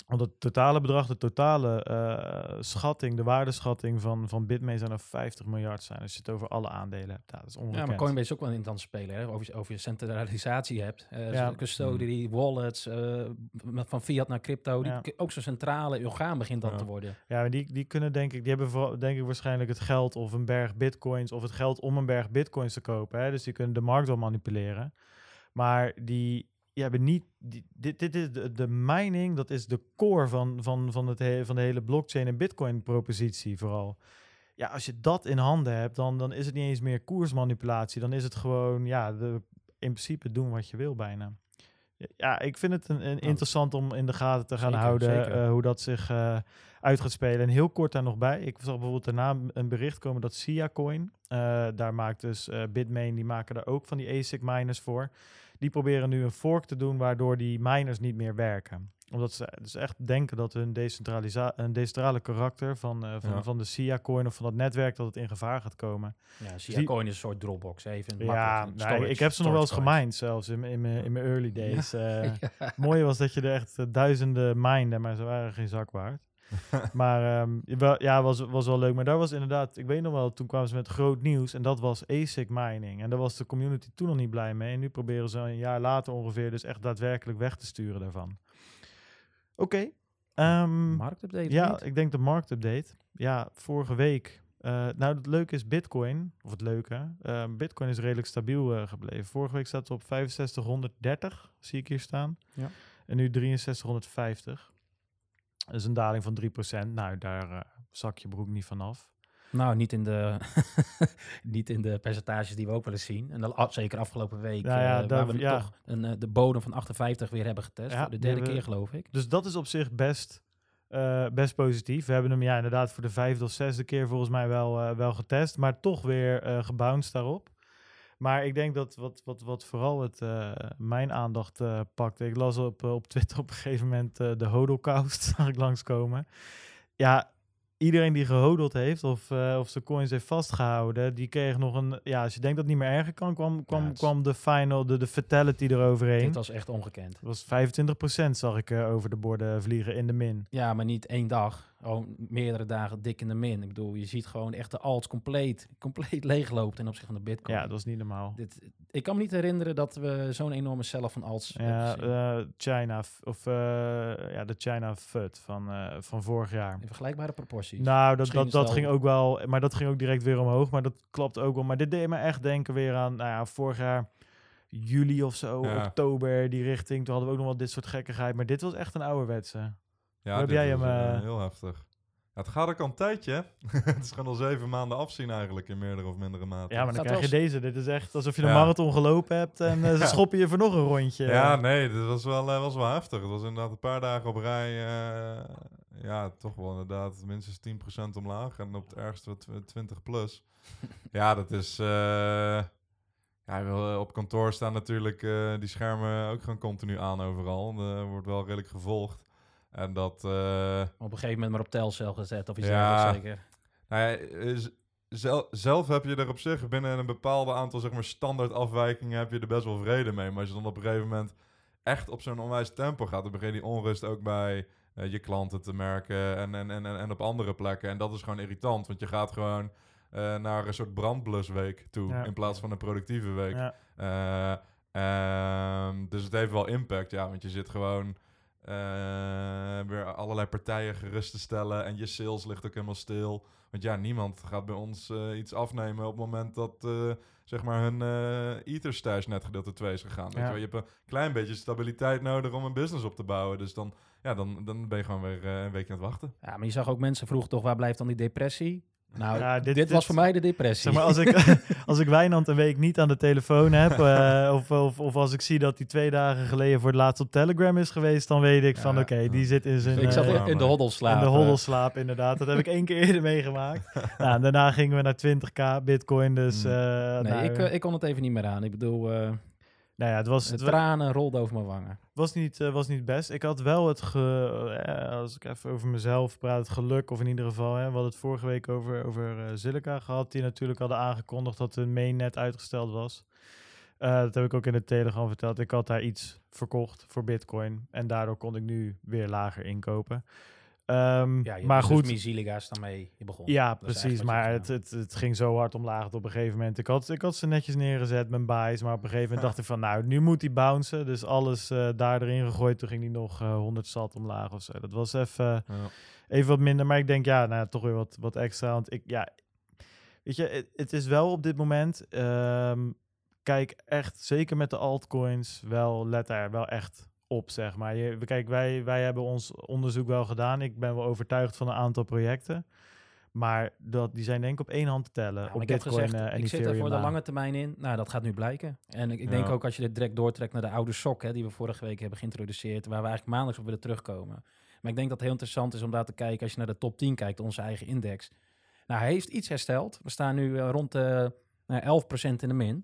Want het totale bedrag, de totale uh, schatting, de waardeschatting van, van Bitmain zijn er vijftig miljard zijn. Als je het over alle aandelen hebt. Ja, dat is ongekend. Ja, maar Coinbase is ook wel een interessante speler. Hè? Over, over je centralisatie hebt. Uh, Ja. Custody, wallets, uh, van fiat naar crypto. Die, Ja. Ook zo'n centrale orgaan begint dat Ja. te worden. Ja, maar die, die kunnen denk ik, die hebben vooral, denk ik waarschijnlijk het geld of een berg bitcoins of het geld om een berg bitcoins te kopen. Hè? Dus die kunnen de markt wel manipuleren. Maar die, die hebben niet, die, dit, dit is de, de mining, dat is de core van, van, van, het he, van de hele blockchain en bitcoin propositie vooral. Ja, als je dat in handen hebt, dan, dan is het niet eens meer koersmanipulatie. Dan is het gewoon, ja, de, in principe doen wat je wil bijna. Ja, ik vind het een, een interessant om in de gaten te gaan Zeker, houden zeker. uh, hoe dat zich uh, uit gaat spelen. En heel kort daar nog bij. Ik zag bijvoorbeeld daarna een bericht komen dat Sia Coin, uh, daar maakt dus uh, Bitmain, die maken daar ook van die A S I C miners voor. Die proberen nu een fork te doen waardoor die miners niet meer werken. Omdat ze dus echt denken dat hun decentralisa- een decentrale karakter van, uh, van, Ja. van de Sia Coin of van dat netwerk, dat het in gevaar gaat komen. Ja, die- Sia Coin is een soort Dropbox. Even Ja, makkelijk. nou, Storage, ik heb ze nog wel eens storage gemined zelfs in, in, mijn- in mijn early days. Uh, Ja. Het mooie was dat je er echt uh, duizenden minde, maar ze waren geen zak waard. Maar um, wel, ja, was, was wel leuk. Maar daar was inderdaad, ik weet nog wel, toen kwamen ze met groot nieuws en dat was A S I C mining. En daar was de community toen nog niet blij mee. En nu proberen ze een jaar later ongeveer dus echt daadwerkelijk weg te sturen daarvan. Oké. Okay. Um, Marktupdate? ja, niet? ik denk de marktupdate. Ja, vorige week. Uh, nou, het leuke is Bitcoin, of het leuke, uh, Bitcoin is redelijk stabiel uh, gebleven. Vorige week staat het op vijfenzestighonderddertig, zie ik hier staan. Ja. En nu drieënzestighonderdvijftig. Dat is een daling van drie procent. Nou, daar uh, zak je broek niet vanaf. Nou, niet in de niet in de percentages die we ook wel eens zien. En dan, zeker afgelopen week, Nou ja, uh, daar, waar we ja. toch een, uh, de bodem van achtenvijftig weer hebben getest. Ja, voor de derde we, keer, geloof ik. Dus dat is op zich best, uh, best positief. We hebben hem ja, inderdaad voor de vijfde of zesde keer volgens mij wel, uh, wel getest. Maar toch weer uh, gebounced daarop. Maar ik denk dat wat, wat, wat vooral het, uh, mijn aandacht uh, pakte. Ik las op, uh, op Twitter op een gegeven moment uh, de Holocaust zag ik langskomen. Ja, iedereen die gehodeld heeft of, uh, of zijn coins heeft vastgehouden, die kreeg nog een... Ja, als je denkt dat het niet meer erger kan, kwam, kwam, Ja, is... kwam de final, de, de fatality eroverheen. Dit was echt ongekend. Dat was vijfentwintig procent zag ik uh, over de borden vliegen in de min. Ja, maar niet één dag. Gewoon meerdere dagen dik in de min. Ik bedoel, je ziet gewoon echt de alts compleet, compleet leegloopt ten opzichte van de Bitcoin. Ja, dat is niet normaal. Dit, ik kan me niet herinneren dat we zo'n enorme sell van alts Ja, hebben gezien. uh, China, of uh, ja, de China F U D van, uh, van vorig jaar. In vergelijkbare proporties. Nou, dat, dat, dat wel... ging ook wel, maar dat ging ook direct weer omhoog. Maar dat klopt ook wel. Maar dit deed me echt denken weer aan, nou ja, vorig jaar juli of zo, Ja. oktober, die richting. Toen hadden we ook nog wel dit soort gekkigheid. Maar dit was echt een ouderwetse. Ja, Hoe heb dit jij is, hem, uh, uh, heel heftig. Ja, het gaat ook al een tijdje. hè? Het is gewoon al zeven maanden afzien eigenlijk in meerdere of mindere mate. Ja, maar dan Staat krijg je wel- deze. Dit is echt alsof je een Ja. marathon gelopen hebt en uh, ze Ja. schoppen je voor nog een rondje. Ja, nee, dit was wel, uh, was wel heftig. Het was inderdaad een paar dagen op rij. Uh, ja, toch wel inderdaad minstens tien procent omlaag. En op het ergste wat twintig plus. Ja, dat is... Uh, ja, wil, op kantoor staan natuurlijk uh, die schermen ook gewoon continu aan overal. Er wordt wel redelijk gevolgd. En dat... Uh, Op een gegeven moment maar op telcel gezet of iets Ja. dergelijks zeker. Nou ja, is- zel- zelf heb je er op zich binnen een bepaalde aantal zeg maar, standaard afwijkingen heb je er best wel vrede mee. Maar als je dan op een gegeven moment echt op zo'n onwijs tempo gaat, dan begin je die onrust ook bij uh, je klanten te merken en, en, en, en op andere plekken. En dat is gewoon irritant, want je gaat gewoon uh, naar een soort brandblusweek toe Ja. in plaats van een productieve week. Ja. Uh, um, dus het heeft wel impact, ja, want je zit gewoon... Uh, weer allerlei partijen gerust te stellen en je sales ligt ook helemaal stil. Want ja, niemand gaat bij ons uh, iets afnemen op het moment dat uh, zeg maar hun uh, Ether-stash net gedeelte twee is gegaan. Weet Ja. je, wel? Je hebt een klein beetje stabiliteit nodig om een business op te bouwen. Dus dan, ja, dan, dan ben je gewoon weer uh, een weekje aan het wachten. Ja, maar je zag ook mensen vroegen toch, waar blijft dan die depressie? Nou, Ja, dit, dit- dit, dit- was voor mij de depressie. Zeg maar, als ik, als ik Wijnand een week niet aan de telefoon heb, uh, of, of, of als ik zie dat hij twee dagen geleden voor het laatst op Telegram is geweest, dan weet ik Ja, van oké, okay, die zit in zijn... ik zat uh, in, in de hoddelslaap. in de eh. hoddelslaap, inderdaad. Dat heb ik één keer eerder meegemaakt. Nou, en daarna gingen we naar twintig k bitcoin, dus... Mm. Uh, Nee, nou, ik, uh, ik kon het even niet meer aan. Ik bedoel, uh, nou ja, het was, de het wa- tranen rolden over mijn wangen. was, niet, uh, was niet best. Ik had wel het, ge, uh, als ik even over mezelf praat, het geluk, of in ieder geval, hè, we hadden het vorige week over, over uh, Zilliqa gehad, die natuurlijk hadden aangekondigd dat hun mainnet uitgesteld was. Uh, dat heb ik ook in de Telegram verteld. Ik had daar iets verkocht voor Bitcoin. En daardoor kon ik nu weer lager inkopen. Um, Ja, je maar hebt dus goed, Miziliga's dan mee je begon. ja, Dat is precies. eigenlijk wat je Maar hebt het, het, het ging zo hard omlaag dat op een gegeven moment... Ik had, ik had ze netjes neergezet, mijn buys. Maar op een gegeven moment dacht ik van... Nou, nu moet die bouncen. Dus alles uh, daar erin gegooid. Toen ging die nog uh, honderd sat omlaag of zo. Dat was even, uh, Ja. even wat minder. Maar ik denk, ja, nou, toch weer wat, wat extra. Want ik, ja... Weet je, het, het is wel op dit moment... Um, kijk, echt, zeker met de altcoins... Wel, let daar wel echt... op, zeg maar. Je, kijk, wij, wij hebben ons onderzoek wel gedaan. Ik ben wel overtuigd van een aantal projecten. Maar dat, die zijn denk ik op één hand te tellen. Ja, op ik Bitcoin heb gezegd, uh, en ik Ethereum. zit er voor de na. lange termijn in. Nou, dat gaat nu blijken. En ik, ik Ja. denk ook als je dit direct doortrekt naar de oude S O C... Hè, die we vorige week hebben geïntroduceerd... waar we eigenlijk maandelijks op willen terugkomen. Maar ik denk dat het heel interessant is om daar te kijken... als je naar de top tien kijkt, onze eigen index. Nou, hij heeft iets hersteld. We staan nu uh, rond de uh, elf procent in de min.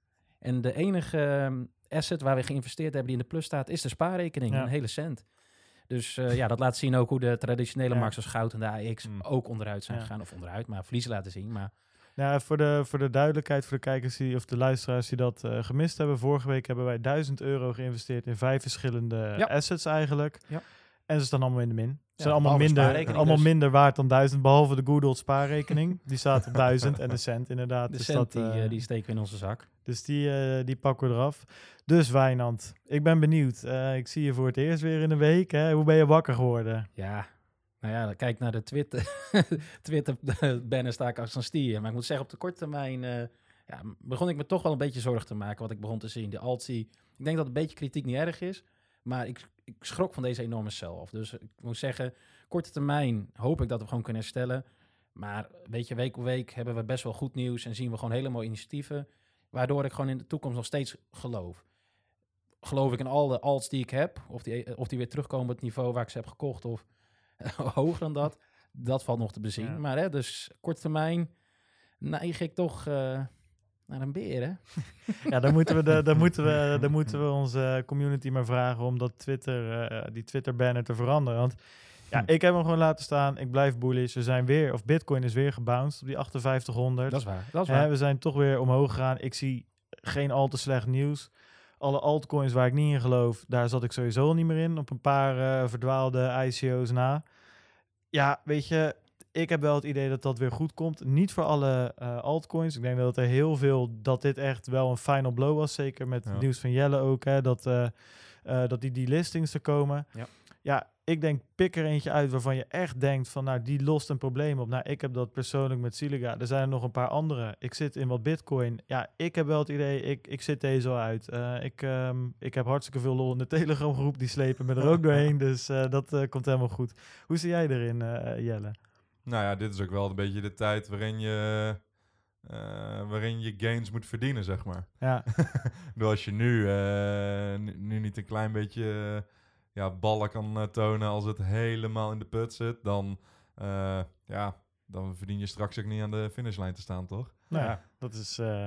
En de enige... Uh, asset waar we geïnvesteerd hebben die in de plus staat, is de spaarrekening. Ja. Een hele cent. Dus uh, ja, dat laat zien ook hoe de traditionele Ja. markt zoals goud en de A X Mm. ook onderuit zijn Ja. gegaan. Of onderuit, maar verliezen laten zien. Maar Nou, voor de, voor de duidelijkheid, voor de kijkers die, of de luisteraars die dat uh, gemist hebben. Vorige week hebben wij duizend euro geïnvesteerd in vijf verschillende Ja. assets eigenlijk. Ja. En ze staan allemaal in de min. Ze Ja, zijn allemaal, behalve minder, spaarrekening allemaal dus. minder waard dan duizend, behalve de good old spaarrekening. Die staat op duizend en de cent inderdaad. de Dus cent dat, die, uh, uh, die steken we in onze zak. Dus die, uh, die pakken we eraf. Dus Wijnand, ik ben benieuwd. Uh, ik zie je voor het eerst weer in een week. Hè? Hoe ben je wakker geworden? Ja, nou ja, kijk naar de Twitter. Twitter-banner sta ik als een stier. Maar ik moet zeggen, op de korte termijn uh, ja, begon ik me toch wel een beetje zorgen te maken wat ik begon te zien. De alt-zie. Ik denk dat een beetje kritiek niet erg is. Maar ik, ik schrok van deze enorme sell-off. Dus ik moet zeggen, korte termijn hoop ik dat we gewoon kunnen herstellen. Maar weet je, week op week hebben we best wel goed nieuws en zien we gewoon hele mooie initiatieven. Waardoor ik gewoon in de toekomst nog steeds geloof. Geloof ik in al de alts die ik heb, of die, of die weer terugkomen op het niveau waar ik ze heb gekocht, of hoger dan dat, dat valt nog te bezien. Ja. Maar hè, dus korte termijn neig ik toch uh, naar een beer, hè? Ja, dan moeten we, de, dan moeten we, dan moeten we onze community maar vragen om dat Twitter, uh, die Twitter-banner te veranderen. Want ja, ik heb hem gewoon laten staan. Ik blijf bullish. We zijn weer, of Bitcoin is weer gebounced op die achtenvijftighonderd. Dat is waar, dat is Hè, waar. we zijn toch weer omhoog gegaan. Ik zie geen al te slecht nieuws. Alle altcoins waar ik niet in geloof, daar zat ik sowieso al niet meer in. Op een paar uh, verdwaalde I C O's na. Ja, weet je, ik heb wel het idee dat dat weer goed komt. Niet voor alle uh, altcoins. Ik denk dat er heel veel, dat dit echt wel een final blow was. Zeker met Ja. het nieuws van Jelle ook, hè, dat, uh, uh, dat die delistings er komen. Ja. Ja, ik denk, pik er eentje uit waarvan je echt denkt van, nou, die lost een probleem op. Nou, ik heb dat persoonlijk met Siliga. Er zijn er nog een paar andere. Ik zit in wat Bitcoin. Ja, ik heb wel het idee, ik, ik zit deze al uit. Uh, ik, um, ik heb hartstikke veel lol in de Telegram groep. Die slepen me er ook doorheen. Dus uh, dat uh, komt helemaal goed. Hoe zie jij erin, uh, Jelle? Nou ja, dit is ook wel een beetje de tijd waarin je, uh, waarin je gains moet verdienen, zeg maar. Ja. Dus als je nu, uh, nu, nu niet een klein beetje uh, ja, ballen kan uh, tonen als het helemaal in de put zit, dan, uh, ja, dan verdien je straks ook niet aan de finishlijn te staan, toch? Nou ja, dat is... Uh,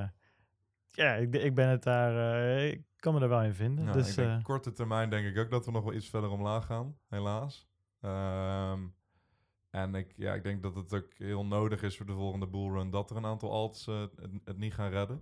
ja, ik, ik ben het daar... Uh, ik kan me er wel in vinden. Ja, dus, ik denk, uh, korte termijn denk ik ook dat we nog wel iets verder omlaag gaan, helaas. Um, En ik, ja, ik denk dat het ook heel nodig is voor de volgende bullrun dat er een aantal alts uh, het, het niet gaan redden.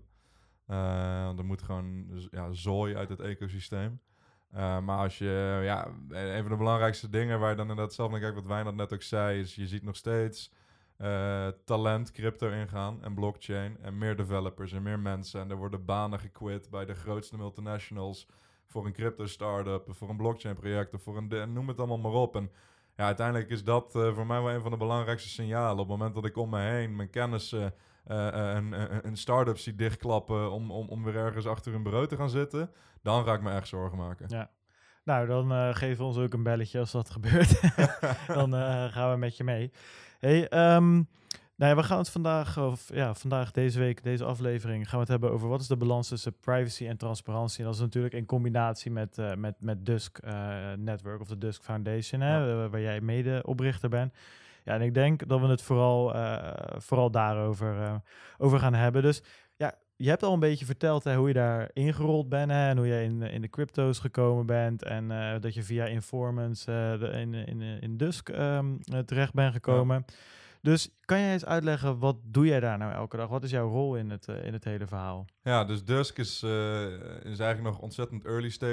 Uh, want er moet gewoon ja, zooi uit het ecosysteem. Uh, maar als je, ja, een van de belangrijkste dingen waar je dan inderdaad zelf naar kijkt, wat Wijnand net ook zei, is je ziet nog steeds uh, talent crypto ingaan en blockchain en meer developers en meer mensen. En er worden banen gequit bij de grootste multinationals voor een crypto startup, of voor een blockchain project, of voor een, de, noem het allemaal maar op. En ja, uiteindelijk is dat uh, voor mij wel een van de belangrijkste signalen. Op het moment dat ik om me heen mijn kennis, uh, uh, een, een, een start-ups zie dichtklappen om, om, om weer ergens achter een bureau te gaan zitten, dan ga ik me echt zorgen maken. Ja. Nou, dan uh, geef ons ook een belletje als dat gebeurt. Dan uh, gaan we met je mee. Hey, um, nou ja, we gaan het vandaag, of ja, vandaag, deze week, deze aflevering, gaan we het hebben over wat is de balans tussen privacy en transparantie. En dat is natuurlijk in combinatie met, uh, met, met Dusk uh, Network of de Dusk Foundation, hè, ja. uh, waar jij mede-oprichter bent. Ja, en ik denk dat we het vooral, uh, vooral daarover uh, over gaan hebben. Dus ja, je hebt al een beetje verteld hè, hoe je daar ingerold bent hè, en hoe je in, in de crypto's gekomen bent en uh, dat je via informants uh, de, in, in, in Dusk um, uh, terecht bent gekomen. Ja. Dus kan jij eens uitleggen, wat doe jij daar nou elke dag? Wat is jouw rol in het, uh, in het hele verhaal? Ja, dus Dusk is, uh, is eigenlijk nog ontzettend early stage.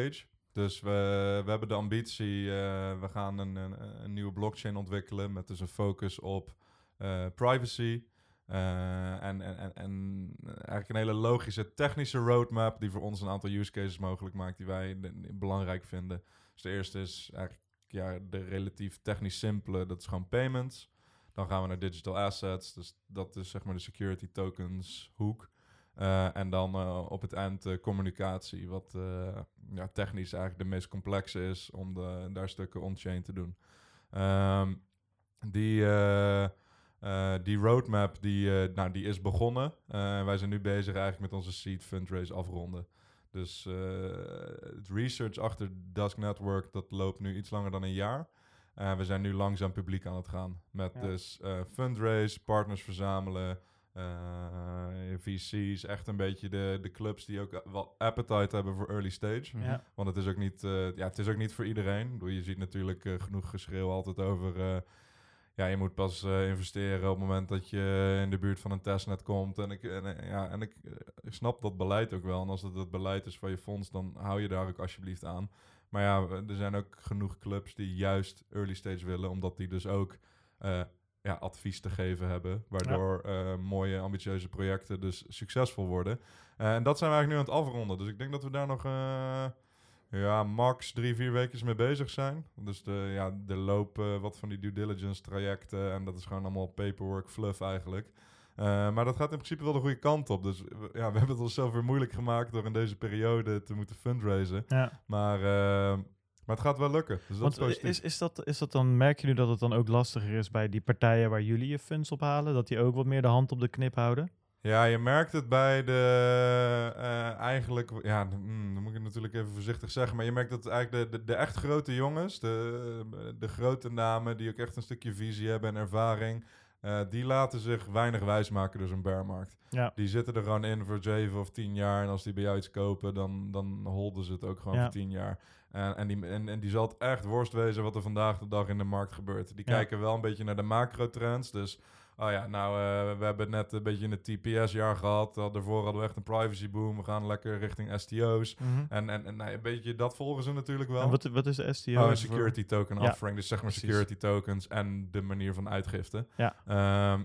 Dus we, we hebben de ambitie, uh, we gaan een, een, een nieuwe blockchain ontwikkelen met dus een focus op uh, privacy. Uh, en, en, en eigenlijk een hele logische technische roadmap die voor ons een aantal use cases mogelijk maakt die wij de, de, belangrijk vinden. Dus de eerste is eigenlijk ja, de relatief technisch simpele, dat is gewoon payments. Dan gaan we naar digital assets, dus dat is zeg maar de security tokens hoek. Uh, en dan uh, op het eind uh, communicatie, wat uh, ja, technisch eigenlijk de meest complexe is om de, daar stukken on-chain te doen. Um, die, uh, uh, die roadmap die, uh, nou, die is begonnen. Uh, wij zijn nu bezig eigenlijk met onze seed fundraise afronden. Dus uh, het research achter Dusk Network, dat loopt nu iets langer dan een jaar. Uh, we zijn nu langzaam publiek aan het gaan. Met ja. dus uh, fundraise, partners verzamelen, uh, V C's. Echt een beetje de, de clubs die ook wel appetite hebben voor early stage. Ja. Want het is ook niet, uh, ja, het is ook niet voor iedereen. Bedoel, je ziet natuurlijk uh, genoeg geschreeuw altijd over... Uh, ja, je moet pas uh, investeren op het moment dat je in de buurt van een testnet komt. En ik, en, ja, en ik, uh, ik snap dat beleid ook wel. En als het het beleid is van je fonds, dan hou je daar ook alsjeblieft aan. Maar ja, er zijn ook genoeg clubs die juist early stage willen, omdat die dus ook uh, ja, advies te geven hebben, waardoor ja. uh, mooie, ambitieuze projecten dus succesvol worden. Uh, en dat zijn we eigenlijk nu aan het afronden. Dus ik denk dat we daar nog uh, ja, max drie, vier weken mee bezig zijn. Dus de, ja, de loop uh, wat van die due diligence trajecten en dat is gewoon allemaal paperwork fluff eigenlijk. Uh, maar dat gaat in principe wel de goede kant op. Dus we, ja, we hebben het onszelf weer moeilijk gemaakt door in deze periode te moeten fundraisen. Ja. Maar, uh, maar het gaat wel lukken. Dus dat Want is, is, is, dat, is dat dan, merk je nu dat het dan ook lastiger is bij die partijen waar jullie je funds ophalen? Dat die ook wat meer de hand op de knip houden? Ja, je merkt het bij de uh, eigenlijk, ja, mm, dan moet ik natuurlijk even voorzichtig zeggen, maar je merkt dat eigenlijk de, de, de echt grote jongens, de, de grote namen die ook echt een stukje visie hebben en ervaring, Uh, die laten zich weinig wijsmaken door zo'n bearmarkt. Ja. Die zitten er gewoon in voor zeven of tien jaar. En als die bij jou iets kopen, dan, dan holden ze het ook gewoon ja. voor tien jaar. En, en, die, en, en die zal het echt worst wezen wat er vandaag de dag in de markt gebeurt. Die ja. kijken wel een beetje naar de macro-trends. Dus, oh ja, nou, uh, we hebben net een beetje een T P S-jaar gehad. Uh, daarvoor hadden we echt een privacy-boom. We gaan lekker richting S T O's. Mm-hmm. En, en, en nou, een beetje dat volgen ze natuurlijk wel. En wat, wat is de S T O? Oh, een security voor? token ja. offering. Dus zeg maar Precies. security tokens en de manier van uitgifte. Ja. Um,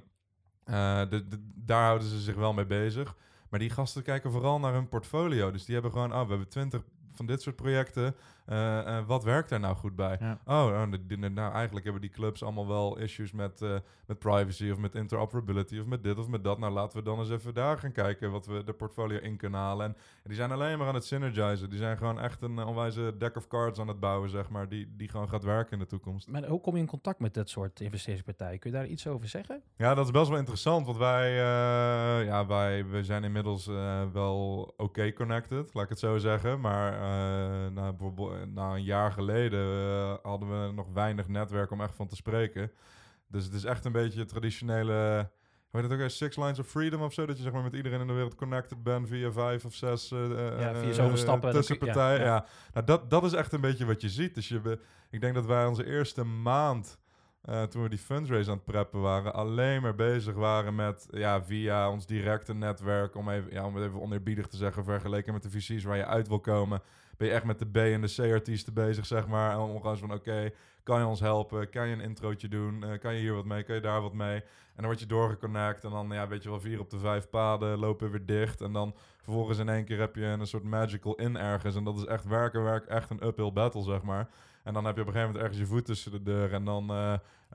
uh, de, de, daar houden ze zich wel mee bezig. Maar die gasten kijken vooral naar hun portfolio. Dus die hebben gewoon, oh, we hebben twintig van dit soort projecten. Uh, uh, wat werkt daar nou goed bij? Ja. Oh, oh de, de, nou, eigenlijk hebben die clubs allemaal wel issues met, uh, met privacy of met interoperability of met dit of met dat. Nou, laten we dan eens even daar gaan kijken wat we de portfolio in kunnen halen. En, en die zijn alleen maar aan het synergizen. Die zijn gewoon echt een onwijze deck of cards aan het bouwen, zeg maar, die, die gewoon gaat werken in de toekomst. Maar hoe kom je in contact met dat soort investeringspartijen? Kun je daar iets over zeggen? Ja, dat is best wel interessant, want wij, uh, ja, wij we zijn inmiddels uh, wel oké okay connected, laat ik het zo zeggen. Maar uh, nou, bijvoorbeeld na een jaar geleden uh, hadden we nog weinig netwerk om echt van te spreken. Dus het is echt een beetje het traditionele, hoe heet het ook, Six Lines of Freedom of zo, dat je zeg maar met iedereen in de wereld connected bent via vijf of zes uh, ja, via zoveel stappen tussenpartijen. Ja, ja. ja. Nou, dat, dat is echt een beetje wat je ziet. Dus je, ik denk dat wij onze eerste maand, Uh, toen we die fundraise aan het preppen waren, alleen maar bezig waren met, ja, via ons directe netwerk, om even, ja, om het even oneerbiedig te zeggen, vergeleken met de V C's waar je uit wil komen, ben je echt met de B en de C-artiesten bezig, zeg maar. En om gewoon van, oké, okay, kan je ons helpen? Kan je een introotje doen? Uh, kan je hier wat mee? Kan je daar wat mee? En dan word je doorgeconnect en dan, ja, weet je wel, vier op de vijf paden lopen weer dicht. En dan vervolgens in één keer heb je een soort magical in ergens. En dat is echt werken, werk, echt een uphill battle, zeg maar. En dan heb je op een gegeven moment ergens je voet tussen de deur. En dan uh,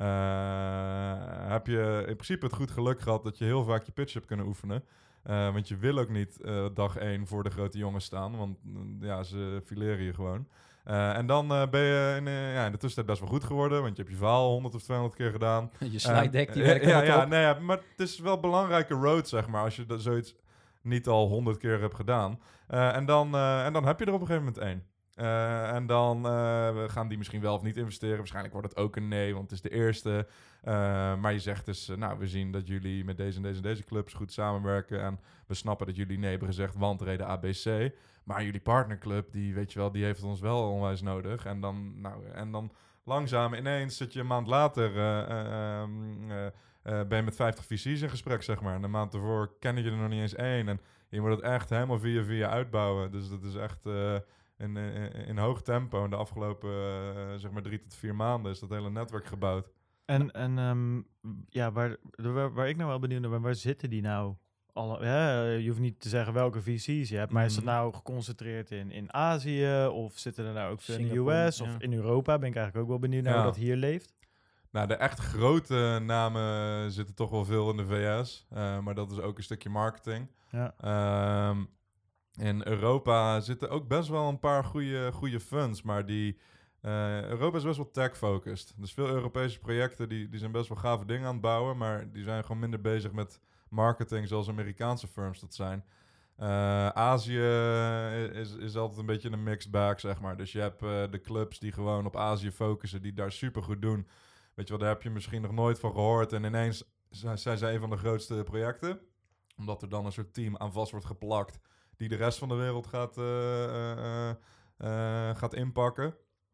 uh, heb je in principe het goed geluk gehad dat je heel vaak je pitch hebt kunnen oefenen. Uh, want je wil ook niet uh, dag één voor de grote jongens staan. Want uh, ja, ze fileren je gewoon. Uh, en dan uh, ben je in, uh, ja, in de tussentijd best wel goed geworden. Want je hebt je verhaal honderd of tweehonderd keer gedaan. Je slide deck die uh, werkt ja, ja, op. nee, ja, maar het is wel een belangrijke road, zeg maar. Als je dat zoiets niet al honderd keer hebt gedaan. Uh, en, dan, uh, en dan heb je er op een gegeven moment één. Uh, en dan uh, gaan die misschien wel of niet investeren. Waarschijnlijk wordt het ook een nee, want het is de eerste. Uh, maar je zegt dus, uh, nou, we zien dat jullie met deze en deze en deze clubs goed samenwerken. En we snappen dat jullie nee hebben gezegd, want reden A B C. Maar jullie partnerclub, die weet je wel, die heeft ons wel onwijs nodig. En dan, nou, en dan langzaam ineens zit je een maand later, uh, uh, uh, uh, ben je met vijftig V C's in gesprek, zeg maar. En een maand ervoor kennen je er nog niet eens één. En je moet het echt helemaal via via uitbouwen. Dus dat is echt... Uh, in, in, in hoog tempo in de afgelopen uh, zeg maar drie tot vier maanden is dat hele netwerk gebouwd. En, en um, ja, waar, waar, waar ik nou wel benieuwd naar ben, waar zitten die nou? Alle, hè? Je hoeft niet te zeggen welke V C's je hebt, maar is het nou geconcentreerd in, in Azië of zitten er nou ook veel in de U S ja. of in Europa? Ben ik eigenlijk ook wel benieuwd naar ja. hoe dat hier leeft. Nou, de echt grote namen zitten toch wel veel in de V S, uh, maar dat is ook een stukje marketing. Ja. Um, in Europa zitten ook best wel een paar goede, goede funds, maar die... Uh, Europa is best wel tech-focused. Dus veel Europese projecten die, die zijn best wel gave dingen aan het bouwen, maar die zijn gewoon minder bezig met marketing zoals Amerikaanse firms dat zijn. Uh, Azië is, is altijd een beetje een mixed bag, zeg maar. Dus je hebt uh, de clubs die gewoon op Azië focussen, die daar super goed doen. Weet je wel, daar heb je misschien nog nooit van gehoord en ineens zijn zij een van de grootste projecten. Omdat er dan een soort team aan vast wordt geplakt die de rest van de wereld gaat, uh, uh, uh, uh, gaat inpakken.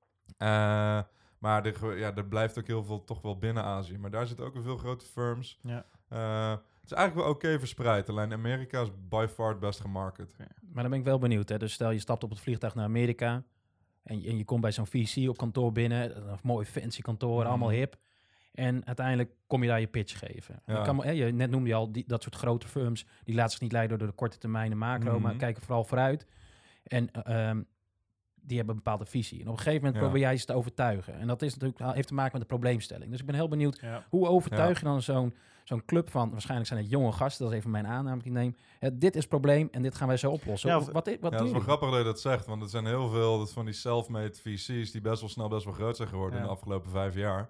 Uh, maar er, ja, er blijft ook heel veel toch wel binnen Azië. Maar daar zitten ook wel veel grote firms. Ja. Uh, het is eigenlijk wel oké okay verspreid. Alleen Amerika is by far het best gemarket. Ja. Maar dan ben ik wel benieuwd. Hè? Dus stel je stapt op het vliegtuig naar Amerika. En je, en je komt bij zo'n V C op kantoor binnen. Een mooi fancy kantoor, mm. allemaal hip. En uiteindelijk kom je daar je pitch geven. Ja. Je kan, hè, je, net noemde je al die, dat soort grote firms. Die laten zich niet leiden door de korte termijn en macro. Mm-hmm. Maar kijken vooral vooruit. En... Uh, um, die hebben een bepaalde visie. En op een gegeven moment ja. probeer jij ze te overtuigen. En dat is natuurlijk, heeft te maken met de probleemstelling. Dus ik ben heel benieuwd, ja. hoe overtuig ja. je dan zo'n, zo'n club van... Waarschijnlijk zijn het jonge gasten, dat is even mijn aanname die ik neem. Ja, dit is het probleem en dit gaan wij zo oplossen. Ja, of, wat, wat ja, dat is wel grappig dat je dat zegt. Want er zijn heel veel dat van die self-made V C's... die best wel snel best wel groot zijn geworden ja. in de afgelopen vijf jaar.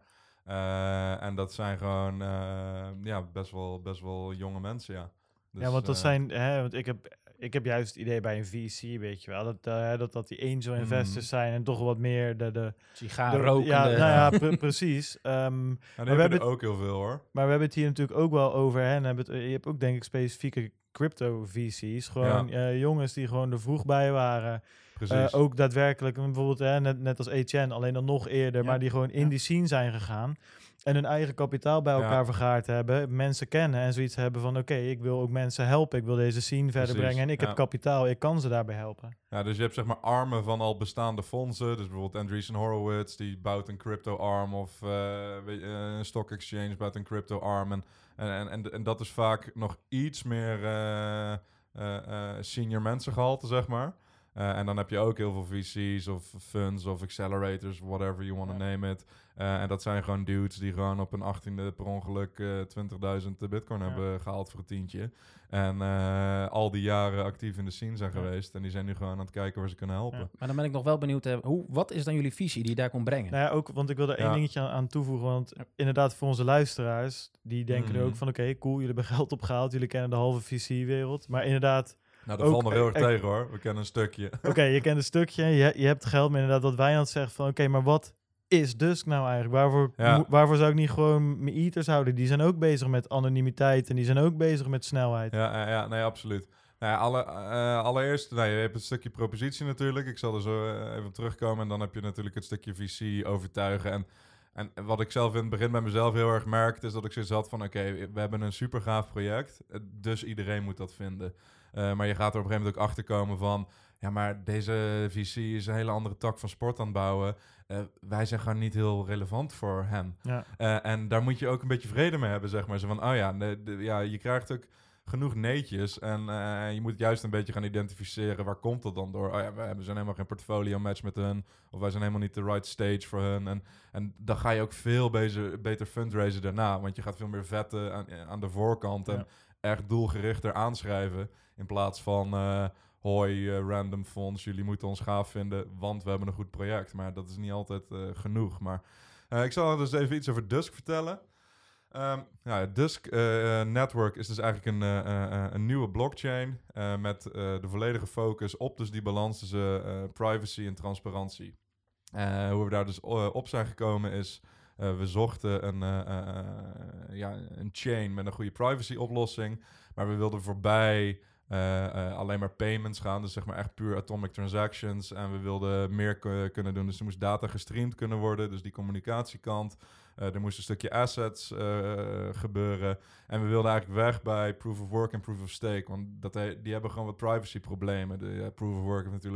Uh, en dat zijn gewoon uh, ja, best, wel, best wel jonge mensen, ja. Dus, ja, want dat uh, zijn... Hè, want ik heb... Ik heb juist het idee bij een V C, weet je wel, dat uh, dat, dat die angel investors mm. zijn en toch wat meer de... de Sigaren roken. Ja, nou ja, pre- precies. Um, ja, maar we hebben er ook heel veel, hoor. Maar we hebben het hier natuurlijk ook wel over, hè, en hebben het, je hebt ook denk ik specifieke crypto-V C's. Gewoon ja. uh, jongens die gewoon er vroeg bij waren. Precies. Uh, ook daadwerkelijk, bijvoorbeeld hè, net, net als Etienne, alleen dan nog eerder, ja. maar die gewoon in ja. die scene zijn gegaan. En hun eigen kapitaal bij elkaar ja. vergaard hebben. Mensen kennen en zoiets hebben van... oké, okay, ik wil ook mensen helpen. Ik wil deze scene verder Precies, brengen. En ik ja. heb kapitaal. Ik kan ze daarbij helpen. Ja, dus je hebt zeg maar armen van al bestaande fondsen. Dus bijvoorbeeld Andreessen Horowitz... die bouwt een crypto-arm. Of uh, een stock exchange bouwt een crypto-arm. En, en, en, en dat is vaak nog iets meer uh, uh, uh, senior mensengehalte, zeg maar. Uh, en dan heb je ook heel veel V C's of funds of accelerators, whatever you want to ja. name it. Uh, en dat zijn gewoon dudes die gewoon op een achttiende per ongeluk uh, twintigduizend bitcoin ja. hebben gehaald voor een tientje. En uh, al die jaren actief in de scene zijn ja. geweest. En die zijn nu gewoon aan het kijken waar ze kunnen helpen. Ja. Maar dan ben ik nog wel benieuwd, hè, hoe, wat is dan jullie visie die je daar kon brengen? Nou ja, ook, want ik wil er één ja. dingetje aan, aan toevoegen. Want ja. inderdaad voor onze luisteraars, die denken mm. er ook van... oké, okay, cool, jullie hebben geld opgehaald. Jullie kennen de halve V C-wereld. Maar inderdaad... Nou, dat valt nog heel erg tegen, hoor. We kennen een stukje. Oké, okay, je kent een stukje. Je, je hebt geld, maar inderdaad wat Wijnand zegt van... oké, okay, maar wat is Dusk nou eigenlijk? Waarvoor, ja. mo- waarvoor zou ik niet gewoon mijn eaters houden? Die zijn ook bezig met anonimiteit en die zijn ook bezig met snelheid. Ja, ja, ja nee, absoluut. Nou ja, alle, uh, allereerst, nou, je hebt het stukje propositie natuurlijk. Ik zal er zo uh, even op terugkomen. En dan heb je natuurlijk het stukje V C overtuigen. En, en wat ik zelf in het begin bij mezelf heel erg merkte... is dat ik zoiets had van... oké, okay, we hebben een super gaaf project. Dus iedereen moet dat vinden. Uh, maar je gaat er op een gegeven moment ook achter komen van... ja, maar deze V C is een hele andere tak van sport aan het bouwen. Uh, wij zijn gewoon niet heel relevant voor hen. Ja. Uh, en daar moet je ook een beetje vrede mee hebben, zeg maar. Zo van, oh ja, de, de, ja je krijgt ook genoeg neetjes. En uh, je moet juist een beetje gaan identificeren... waar komt dat dan door? Oh ja, wij zijn helemaal geen portfolio match met hun. Of wij zijn helemaal niet de right stage voor hun. En, en dan ga je ook veel beter, beter fundraisen daarna. Want je gaat veel meer vetten aan, aan de voorkant. En ja. echt doelgerichter aanschrijven... in plaats van, uh, hoi, uh, random fonds, jullie moeten ons gaaf vinden, want we hebben een goed project. Maar dat is niet altijd uh, genoeg. Maar uh, ik zal dus even iets over Dusk vertellen. Um, ja, Dusk uh, Network is dus eigenlijk een, uh, uh, een nieuwe blockchain uh, met uh, de volledige focus op dus die balans tussen uh, privacy en transparantie. Uh, hoe we daar dus uh, op zijn gekomen is... Uh, we zochten een, uh, uh, ja, een chain met een goede privacy oplossing, maar we wilden voorbij uh, uh, alleen maar payments gaan, dus zeg maar echt puur atomic transactions, en we wilden meer k- kunnen doen, dus er moest data gestreamd kunnen worden, dus die communicatiekant. Uh, er moest een stukje assets uh, gebeuren, en we wilden eigenlijk weg bij proof of work en proof of stake, want dat he- die hebben gewoon wat privacy problemen. De uh, proof of work heeft natuurlijk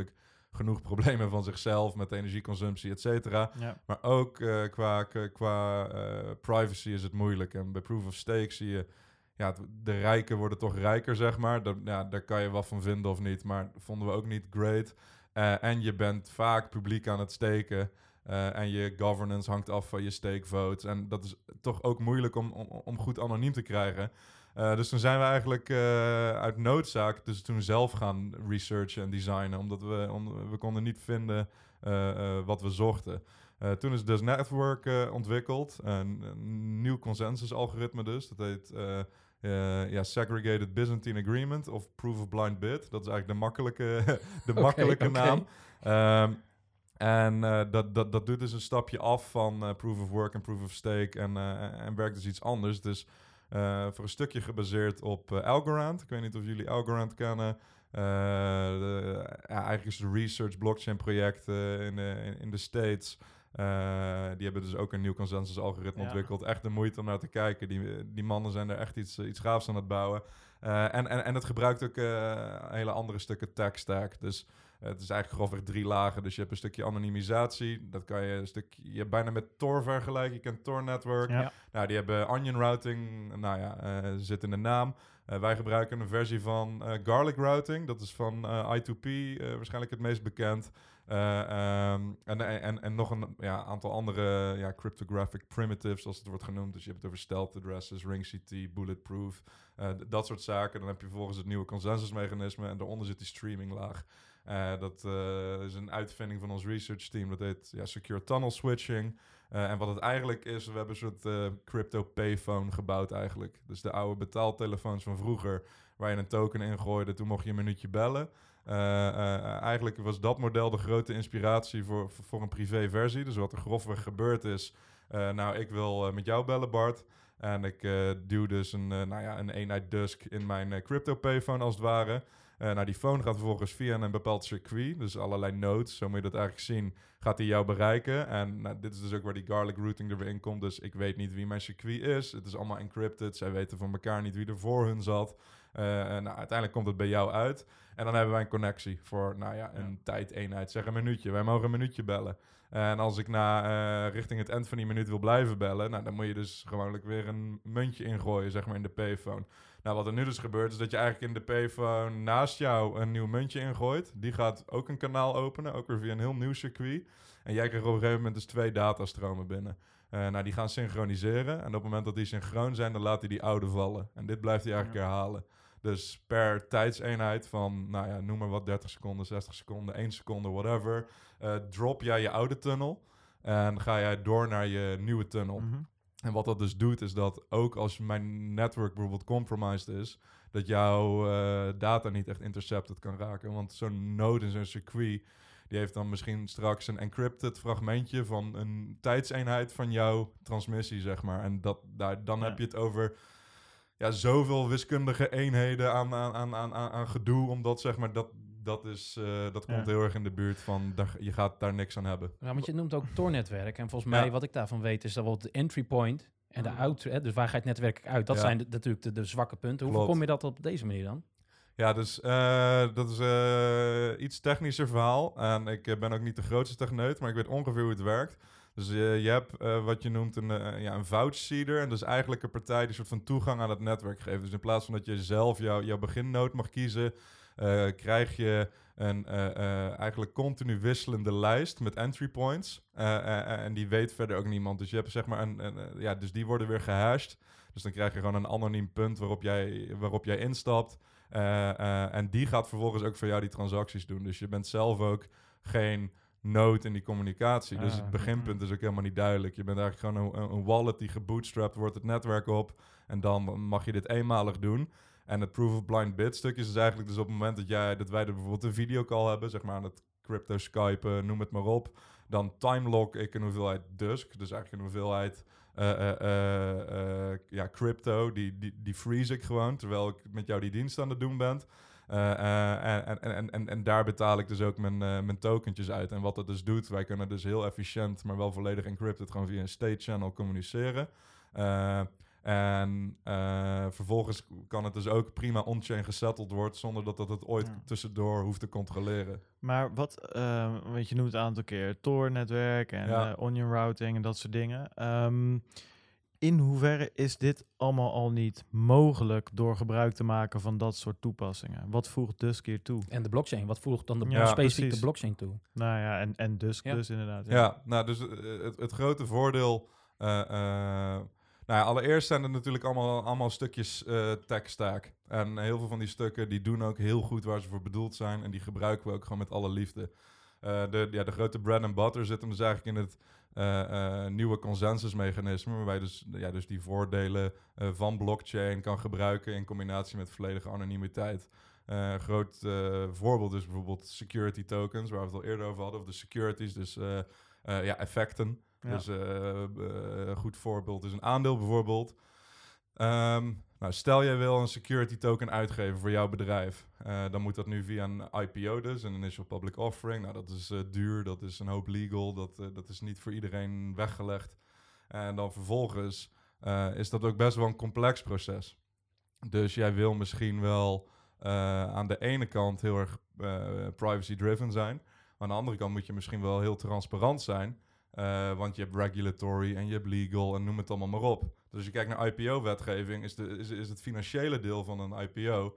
genoeg problemen van zichzelf met energieconsumptie, et cetera. Ja. Maar ook uh, qua, qua uh, privacy is het moeilijk. En bij Proof of Stake zie je, ja, de rijken worden toch rijker, zeg maar. Da- ja, daar kan je wat van vinden of niet, maar vonden we ook niet great. Uh, en je bent vaak publiek aan het steken. Uh, en je governance hangt af van je stake votes. En dat is toch ook moeilijk om, om, om goed anoniem te krijgen. Uh, dus toen zijn we eigenlijk uh, uit noodzaak dus toen zelf gaan researchen en designen. Omdat we, om, we konden niet vinden uh, uh, wat we zochten. Uh, toen is dus Network uh, ontwikkeld. Een, een nieuw consensus-algoritme dus. Dat heet uh, uh, ja, Segregated Byzantine Agreement of Proof of Blind Bid. Dat is eigenlijk de makkelijke, de okay, makkelijke okay. naam. Um, en uh, dat, dat, dat doet dus een stapje af van uh, Proof of Work en Proof of Stake. En, uh, en werkt dus iets anders. Dus uh, voor een stukje gebaseerd op uh, Algorand. Ik weet niet of jullie Algorand kennen. Uh, de, ja, eigenlijk is het een research blockchain project uh, in, de, in, in de States. Uh, die hebben dus ook een nieuw consensus algoritme ja. ontwikkeld. Echt de moeite om naar te kijken. Die, die mannen zijn er echt iets, iets gaafs aan het bouwen. Uh, en, en, en het gebruikt ook uh, hele andere stukken tech stack. Dus uh, het is eigenlijk grofweg drie lagen. Dus je hebt een stukje anonimisatie. Dat kan je een stukje... Je hebt bijna met Tor vergelijken. Je kent Tor Network. Ja. Nou, die hebben onion routing. Nou ja, uh, zit in de naam. Uh, wij gebruiken een versie van uh, garlic routing. Dat is van uh, I twee P, uh, waarschijnlijk het meest bekend. Uh, um, en, en, en nog een ja, aantal andere ja, cryptographic primitives, zoals het wordt genoemd. Dus je hebt het over stealth addresses, ring C T, bulletproof, uh, d- dat soort zaken. Dan heb je vervolgens het nieuwe consensusmechanisme en daaronder zit die streaminglaag. Uh, dat uh, is een uitvinding van ons research team. Dat heet ja, secure tunnel switching. Uh, en wat het eigenlijk is, we hebben een soort uh, crypto payphone gebouwd eigenlijk. Dus de oude betaaltelefoons van vroeger, waar je een token in gooide, toen mocht je een minuutje bellen. Uh, uh, eigenlijk was dat model de grote inspiratie voor, voor, voor een privé versie. Dus wat er grofweg gebeurd is. Uh, nou, ik wil uh, met jou bellen, Bart. En ik uh, duw dus een, uh, nou ja, een eenheid dusk in mijn uh, crypto payphone als het ware. Uh, nou, die phone gaat vervolgens via een bepaald circuit, dus allerlei nodes, zo moet je dat eigenlijk zien, gaat hij jou bereiken. En nou, dit is dus ook waar die garlic routing er weer in komt. Dus ik weet niet wie mijn circuit is. Het is allemaal encrypted. Zij weten van elkaar niet wie er voor hun zat. Uh, nou, uiteindelijk komt het bij jou uit. En dan hebben wij een connectie voor, nou ja, een ja. tijdeenheid. Zeg een minuutje. Wij mogen een minuutje bellen. En als ik na uh, richting het eind van die minuut wil blijven bellen, nou, dan moet je dus gewoonlijk weer een muntje ingooien, zeg maar, in de payphone. Nou, wat er nu dus gebeurt, is dat je eigenlijk in de payphone naast jou een nieuw muntje ingooit. Die gaat ook een kanaal openen, ook weer via een heel nieuw circuit. En jij krijgt op een gegeven moment dus twee datastromen binnen. Uh, nou, die gaan synchroniseren. En op het moment dat die synchroon zijn, dan laat hij die oude vallen. En dit blijft hij eigenlijk ja. herhalen. Dus per tijdseenheid van, nou ja, noem maar wat, dertig seconden, zestig seconden, één seconde, whatever. Uh, drop jij je oude tunnel en ga jij door naar je nieuwe tunnel. Mm-hmm. En wat dat dus doet, is dat ook als mijn network bijvoorbeeld compromised is, dat jouw uh, data niet echt intercepted kan raken. Want zo'n node in zo'n circuit, die heeft dan misschien straks een encrypted fragmentje van een tijdseenheid van jouw transmissie, zeg maar. En dat, daar, dan ja. heb je het over ja, zoveel wiskundige eenheden aan, aan, aan, aan, aan gedoe, omdat, zeg maar, dat... Dat, is, uh, dat komt ja. heel erg in de buurt van, daar, je gaat daar niks aan hebben. Ja, want je noemt ook Tor-netwerk. En volgens mij, ja. wat ik daarvan weet, is dat wel de entry point en de out, hè, dus waar gaat het netwerk uit? Dat ja. zijn de, natuurlijk de, de zwakke punten. Hoe voorkom je dat op deze manier dan? Ja, dus uh, dat is uh, iets technischer verhaal. En ik uh, ben ook niet de grootste techneut, maar ik weet ongeveer hoe het werkt. Dus uh, je hebt uh, wat je noemt een, uh, ja, een vouch seeder. En dat is eigenlijk een partij die soort van toegang aan het netwerk geeft. Dus in plaats van dat je zelf jou, jouw beginnode mag kiezen, Uh, krijg je een uh, uh, eigenlijk continu wisselende lijst met entry points. Uh, uh, uh, en die weet verder ook niemand. Dus je hebt zeg maar een, een uh, ja, dus die worden weer gehashed. Dus dan krijg je gewoon een anoniem punt waarop jij, waarop jij instapt. Uh, uh, en die gaat vervolgens ook voor jou die transacties doen. Dus je bent zelf ook geen node in die communicatie. Dus het beginpunt is ook helemaal niet duidelijk. Je bent eigenlijk gewoon een, een wallet die gebootstrapped wordt het netwerk op. En dan mag je dit eenmalig doen. En het proof of blind bid stukje is dus eigenlijk dus op het moment dat, jij, dat wij er bijvoorbeeld een videocall hebben, zeg maar aan het crypto skypen, noem het maar op, dan timelock ik een hoeveelheid dusk, dus eigenlijk een hoeveelheid uh, uh, uh, uh, ja, crypto, die, die, die freeze ik gewoon, terwijl ik met jou die dienst aan het doen ben. Uh, uh, en, en, en, en daar betaal ik dus ook mijn, uh, mijn tokentjes uit. En wat dat dus doet, wij kunnen dus heel efficiënt, maar wel volledig encrypted, gewoon via een state channel communiceren. Uh, En uh, vervolgens kan het dus ook prima on-chain gesetteld worden, zonder dat dat het ooit Ja. tussendoor hoeft te controleren. Maar wat, uh, weet je, noemt een aantal keer Tor-netwerk en Ja. uh, onion routing en dat soort dingen. Um, in hoeverre is dit allemaal al niet mogelijk door gebruik te maken van dat soort toepassingen? Wat voegt Dusk hier toe? En de blockchain, wat voegt dan de Ja, specifiek precies. de blockchain toe? Nou ja, en, en Dusk Ja. dus inderdaad. Ja, ja nou dus uh, het, het grote voordeel... Uh, uh, nou ja, allereerst zijn er natuurlijk allemaal, allemaal stukjes uh, tech stack. En heel veel van die stukken die doen ook heel goed waar ze voor bedoeld zijn. En die gebruiken we ook gewoon met alle liefde. Uh, de, ja, de grote bread and butter zit hem dus eigenlijk in het uh, uh, nieuwe consensusmechanisme. Waarbij je dus, ja, dus die voordelen uh, van blockchain kan gebruiken in combinatie met volledige anonimiteit. Uh, een groot uh, voorbeeld is bijvoorbeeld security tokens, waar we het al eerder over hadden. Of de securities, dus uh, uh, ja, effecten. Ja. Dus uh, uh, een goed voorbeeld is een aandeel bijvoorbeeld. Um, nou, stel jij wil een security token uitgeven voor jouw bedrijf. Uh, dan moet dat nu via een I P O dus, een initial public offering. Nou, dat is uh, duur, dat is een hoop legal, dat, uh, dat is niet voor iedereen weggelegd. En dan vervolgens uh, is dat ook best wel een complex proces. Dus jij wil misschien wel uh, aan de ene kant heel erg uh, privacy-driven zijn. Maar aan de andere kant moet je misschien wel heel transparant zijn. Uh, want je hebt regulatory en je hebt legal en noem het allemaal maar op. Dus als je kijkt naar I P O-wetgeving, is, de, is, is het financiële deel van een I P O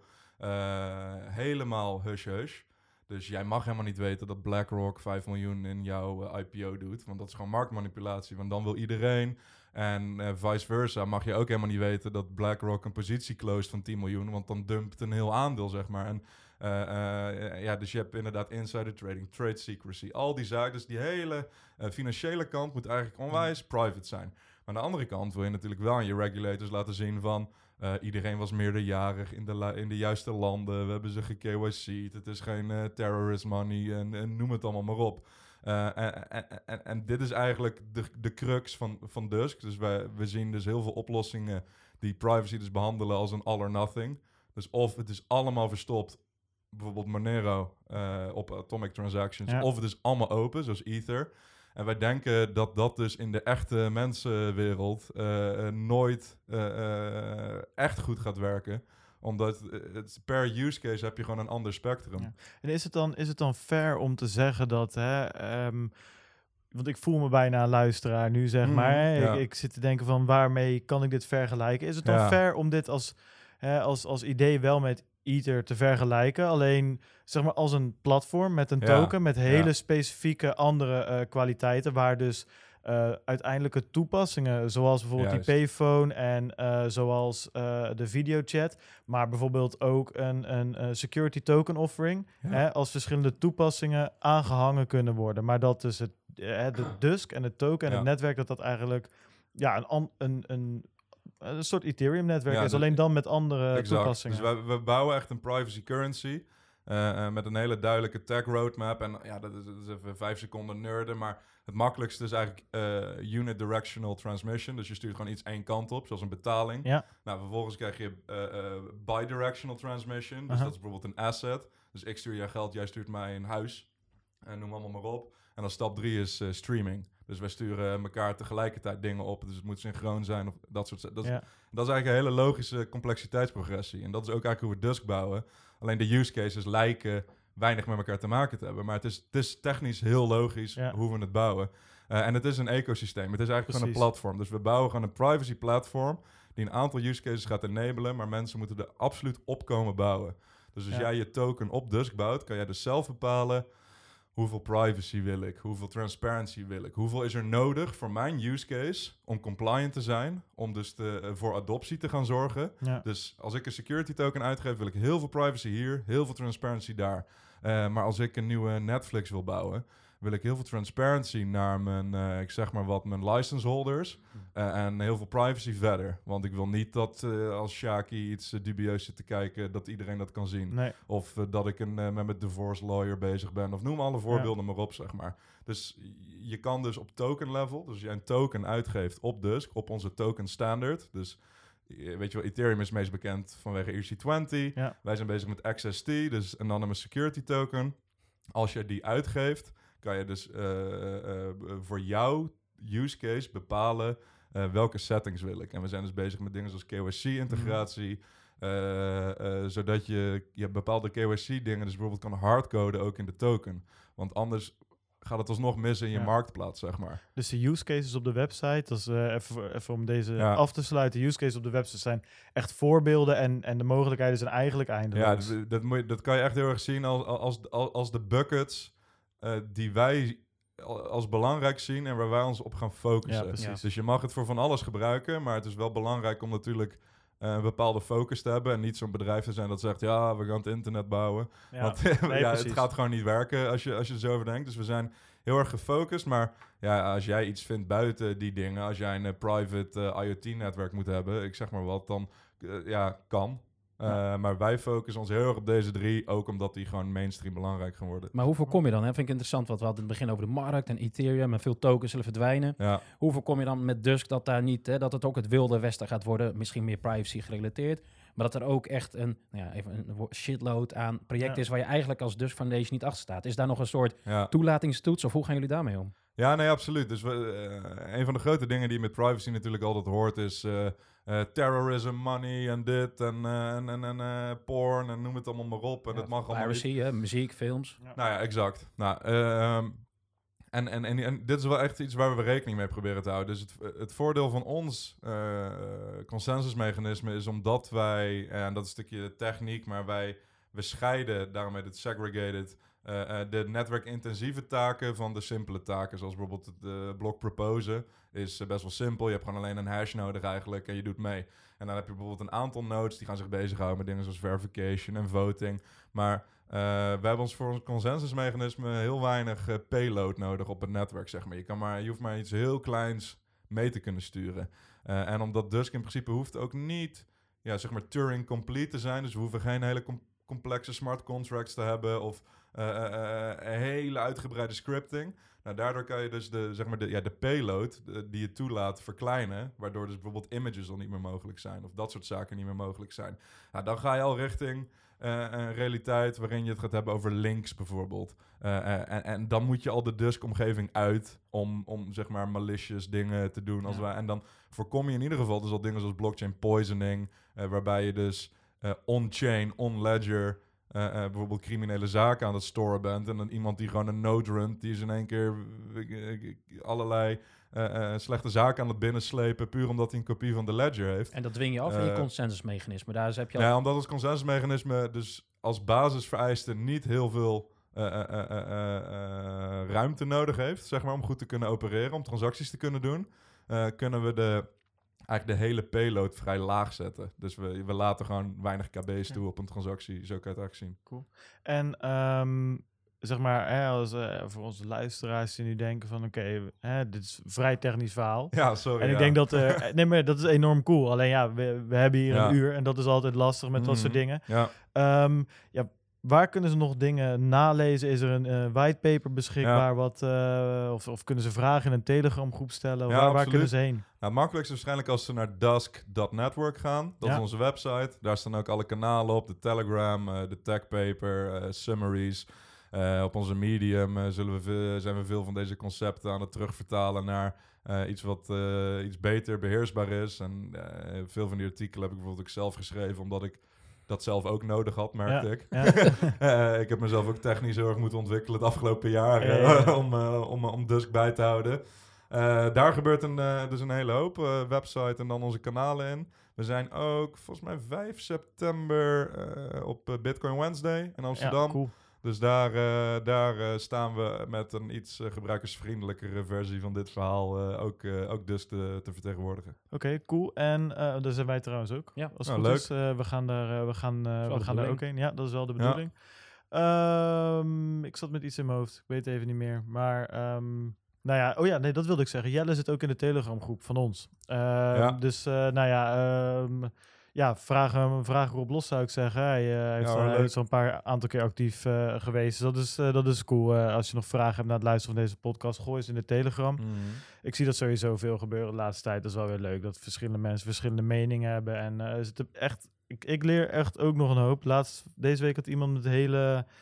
uh, helemaal hush-hush. Dus jij mag helemaal niet weten dat BlackRock vijf miljoen in jouw uh, I P O doet. Want dat is gewoon marktmanipulatie, want dan wil iedereen. En uh, vice versa mag je ook helemaal niet weten dat BlackRock een positie closed van tien miljoen. Want dan dumpt een heel aandeel, zeg maar. En Uh, uh, ja, dus je hebt inderdaad insider trading, trade secrecy, al die zaken. Dus die hele uh, financiële kant moet eigenlijk onwijs private zijn. Maar aan de andere kant wil je natuurlijk wel aan je regulators laten zien van... Uh, iedereen was meerderjarig in de, la- in de juiste landen. We hebben ze ge-K Y C'd. Het is geen uh, terrorist money en, en noem het allemaal maar op. Uh, en, en, en, en dit is eigenlijk de, de crux van, van Dusk. Dus wij, we zien dus heel veel oplossingen die privacy dus behandelen als een all or nothing. Dus of het is allemaal verstopt... bijvoorbeeld Monero uh, op Atomic Transactions, ja. Of het is allemaal open, zoals Ether. En wij denken dat dat dus in de echte mensenwereld uh, uh, nooit uh, uh, echt goed gaat werken. Omdat het, per use case heb je gewoon een ander spectrum. Ja. En is het, dan, is het dan fair om te zeggen dat... Hè, um, want ik voel me bijna een luisteraar nu, zeg mm, maar. Hè, ja. ik, ik zit te denken van waarmee kan ik dit vergelijken? Is het dan ja. fair om dit als, hè, als, als idee wel met Ether te vergelijken, alleen zeg maar als een platform met een ja, token met hele ja. specifieke andere uh, kwaliteiten, waar dus uh, uiteindelijke toepassingen, zoals bijvoorbeeld Juist. die payphone en uh, zoals uh, de videochat, maar bijvoorbeeld ook een, een uh, security token offering, ja. hè, als verschillende toepassingen aangehangen kunnen worden, maar dat dus het, uh, de Dusk en het token en ja. het netwerk, dat dat eigenlijk ja, een, een, een een soort Ethereum-netwerk ja, is, dus, alleen dan met andere exact. toepassingen. Dus we, we bouwen echt een privacy currency uh, uh, met een hele duidelijke tech roadmap. En ja, dat is, dat is even vijf seconden nerden, maar het makkelijkste is eigenlijk uh, unidirectional transmission. Dus je stuurt gewoon iets één kant op, zoals een betaling. Ja. Nou, vervolgens krijg je uh, uh, bidirectional transmission. Dus uh-huh. dat is bijvoorbeeld een asset. Dus ik stuur jou geld, jij stuurt mij een huis. En noem allemaal maar op. En dan stap drie is uh, streaming. Dus wij sturen elkaar tegelijkertijd dingen op. Dus het moet synchroon zijn of dat soort... Dat is, ja. dat is eigenlijk een hele logische complexiteitsprogressie. En dat is ook eigenlijk hoe we Dusk bouwen. Alleen de use cases lijken weinig met elkaar te maken te hebben. Maar het is, het is technisch heel logisch ja. hoe we het bouwen. Uh, en het is een ecosysteem. Het is eigenlijk Precies. gewoon een platform. Dus we bouwen gewoon een privacy platform die een aantal use cases gaat enablen, maar mensen moeten er absoluut op komen bouwen. Dus als ja. jij je token op Dusk bouwt, kan jij dus zelf bepalen... Hoeveel privacy wil ik? Hoeveel transparency wil ik? Hoeveel is er nodig voor mijn use case om compliant te zijn? Om dus te, uh, voor adoptie te gaan zorgen. Ja. Dus als ik een security token uitgeef, wil ik heel veel privacy hier, heel veel transparency daar. Uh, maar als ik een nieuwe Netflix wil bouwen, wil ik heel veel transparency naar mijn, uh, ik zeg maar wat, mijn license holders. Uh, en heel veel privacy verder. Want ik wil niet dat uh, als Shaki iets uh, dubieus zit te kijken, dat iedereen dat kan zien. Nee. Of uh, dat ik een, uh, met mijn divorce lawyer bezig ben. Of noem alle voorbeelden ja. maar op, zeg maar. Dus je kan dus op token level, dus als jij een token uitgeeft op Dusk, op onze token standard. Dus weet je wel, Ethereum is meest bekend vanwege E R C twintig. Ja. Wij zijn bezig met X S T, dus Anonymous Security Token. Als je die uitgeeft, kan je dus uh, uh, voor jouw use case bepalen uh, welke settings wil ik. En we zijn dus bezig met dingen zoals K Y C-integratie. Mm. Uh, uh, zodat je, je bepaalde K Y C-dingen dus bijvoorbeeld kan hardcoden ook in de token. Want anders gaat het alsnog missen in je ja. marktplaats, zeg maar. Dus de use cases op de website, dat is uh, even, even om deze ja. af te sluiten, de use cases op de website zijn echt voorbeelden en, en de mogelijkheden zijn eigenlijk eindeloos. Ja, dat, dat, moet je, dat kan je echt heel erg zien als, als, als, als de buckets uh, die wij als belangrijk zien en waar wij ons op gaan focussen. Ja, ja. Dus je mag het voor van alles gebruiken, maar het is wel belangrijk om natuurlijk Uh, een bepaalde focus te hebben en niet zo'n bedrijf te zijn dat zegt, ja, we gaan het internet bouwen. Ja, Want nee, ja, het gaat gewoon niet werken als je, als je er zo over denkt. Dus we zijn heel erg gefocust, maar ja, als jij iets vindt buiten die dingen, als jij een uh, private uh, IoT-netwerk moet hebben, ik zeg maar wat, dan uh, ja, kan. Uh, ja. Maar wij focussen ons heel erg op deze drie, ook omdat die gewoon mainstream belangrijk gaan worden. Maar hoe voorkom je dan? Hè? Vind ik interessant, wat we hadden in het begin over de markt en Ethereum en veel tokens zullen verdwijnen. Ja. Hoe voorkom je dan met Dusk dat daar niet, hè, dat het ook het wilde westen gaat worden, misschien meer privacy gerelateerd, maar dat er ook echt een, nou ja, even een shitload aan projecten ja. is waar je eigenlijk als Dusk Foundation niet achter staat. Is daar nog een soort ja. toelatingstoets of hoe gaan jullie daarmee om? Ja, nee, absoluut. Dus we, uh, een van de grote dingen die je met privacy natuurlijk altijd hoort is Uh, Uh, terrorism, money en dit en, uh, en, en, en uh, porn en noem het allemaal maar op. En ja, dat mag allemaal piracy, niet. Hè, muziek, films. Ja. Nou ja, exact. Nou, uh, um, en, en, en, en dit is wel echt iets waar we rekening mee proberen te houden. Dus het, het voordeel van ons uh, consensusmechanisme is omdat wij, en dat is een stukje techniek, maar wij we scheiden, daarom heet het segregated, Uh, uh, de netwerkintensieve taken van de simpele taken, zoals bijvoorbeeld het uh, blok proposen, is uh, best wel simpel. Je hebt gewoon alleen een hash nodig eigenlijk en je doet mee. En dan heb je bijvoorbeeld een aantal nodes die gaan zich bezighouden met dingen zoals verification en voting. Maar uh, we hebben ons voor ons consensusmechanisme heel weinig uh, payload nodig op het netwerk, zeg maar. Je, kan maar. je hoeft maar iets heel kleins mee te kunnen sturen. Uh, en omdat Dusk in principe hoeft ook niet, ja, zeg maar Turing complete te zijn, dus we hoeven geen hele com- complexe smart contracts te hebben of Uh, uh, uh, een hele uitgebreide scripting. Nou, daardoor kan je dus de, zeg maar de, ja, de payload de, die je toelaat verkleinen, waardoor dus bijvoorbeeld images al niet meer mogelijk zijn of dat soort zaken niet meer mogelijk zijn. Nou, dan ga je al richting uh, een realiteit waarin je het gaat hebben over links bijvoorbeeld. Uh, uh, en, en dan moet je al de Dusk-omgeving uit om, om zeg maar malicious dingen te doen. Als ja. wij, en dan voorkom je in ieder geval dus al dingen zoals blockchain poisoning, uh, waarbij je dus uh, on-chain, on-ledger Uh, uh, bijvoorbeeld criminele zaken aan het storen bent. En dan iemand die gewoon een node runt, die is in één keer uh, uh, allerlei uh, uh, slechte zaken aan het binnenslepen, puur omdat hij een kopie van de ledger heeft. En dat dwing je af in uh, je consensusmechanisme. Daar heb je al... Ja, omdat het consensusmechanisme dus als basisvereiste niet heel veel uh, uh, uh, uh, uh, ruimte nodig heeft, zeg maar, om goed te kunnen opereren, om transacties te kunnen doen, uh, kunnen we de eigenlijk de hele payload vrij laag zetten. Dus we, we laten gewoon weinig K B's toe ja. op een transactie. Zo kan je het eigenlijk zien. Cool. En um, zeg maar, hè, als, uh, voor onze luisteraars die nu denken van oké, okay, dit is een vrij technisch verhaal. Ja, sorry. En ik ja. denk dat, uh, nee, maar dat is enorm cool. Alleen ja, we, we hebben hier ja. een uur en dat is altijd lastig met mm-hmm. dat soort dingen. Ja. Um, ja, waar kunnen ze nog dingen nalezen? Is er een uh, whitepaper beschikbaar? Ja. Wat, uh, of, of kunnen ze vragen in een Telegram groep stellen? Ja, waar, waar kunnen ze heen? Nou, het makkelijkste is waarschijnlijk als ze naar dusk dot network gaan. Dat ja. is onze website. Daar staan ook alle kanalen op. De Telegram, uh, de techpaper, uh, summaries. Uh, op onze Medium uh, zullen we veel, zijn we veel van deze concepten aan het terugvertalen naar uh, iets wat uh, iets beter beheersbaar is. En uh, veel van die artikelen heb ik bijvoorbeeld ook zelf geschreven, omdat ik dat zelf ook nodig had, merkte ja, ik. Ja. uh, ik heb mezelf ook technisch heel erg moeten ontwikkelen het afgelopen jaar ja, ja, ja. om, uh, om, om Dusk bij te houden. Uh, daar gebeurt een, uh, dus een hele hoop. Uh, website en dan onze kanalen in. We zijn ook volgens mij vijf september uh, op uh, Bitcoin Wednesday in Amsterdam. Ja, cool. Dus daar, uh, daar uh, staan we met een iets uh, gebruikersvriendelijkere versie van dit verhaal uh, ook, uh, ook dus te, te vertegenwoordigen. Oké, okay, cool. En uh, daar zijn wij trouwens ook. Ja, als nou, goed leuk. Is, uh, we gaan daar, uh, we gaan, uh, we gaan daar ook heen. Ja, dat is wel de bedoeling. Ja. Um, ik zat met iets in mijn hoofd. Ik weet het even niet meer. Maar um, nou ja, oh ja, nee, dat wilde ik zeggen. Jelle zit ook in de Telegram groep van ons. Uh, ja. Dus uh, nou ja... Um, Ja, vraag hem, vraag erop los zou ik zeggen. Hij, uh, hij heeft, ja, is al een paar aantal keer actief uh, geweest. Dus dat is, uh, dat is cool. Uh, als je nog vragen hebt na het luisteren van deze podcast, gooi eens in de Telegram. Mm. Ik zie dat sowieso veel gebeuren de laatste tijd. Dat is wel weer leuk. Dat verschillende mensen verschillende meningen hebben. En uh, is het echt, ik, ik leer echt ook nog een hoop. Laatst, deze week had iemand met hele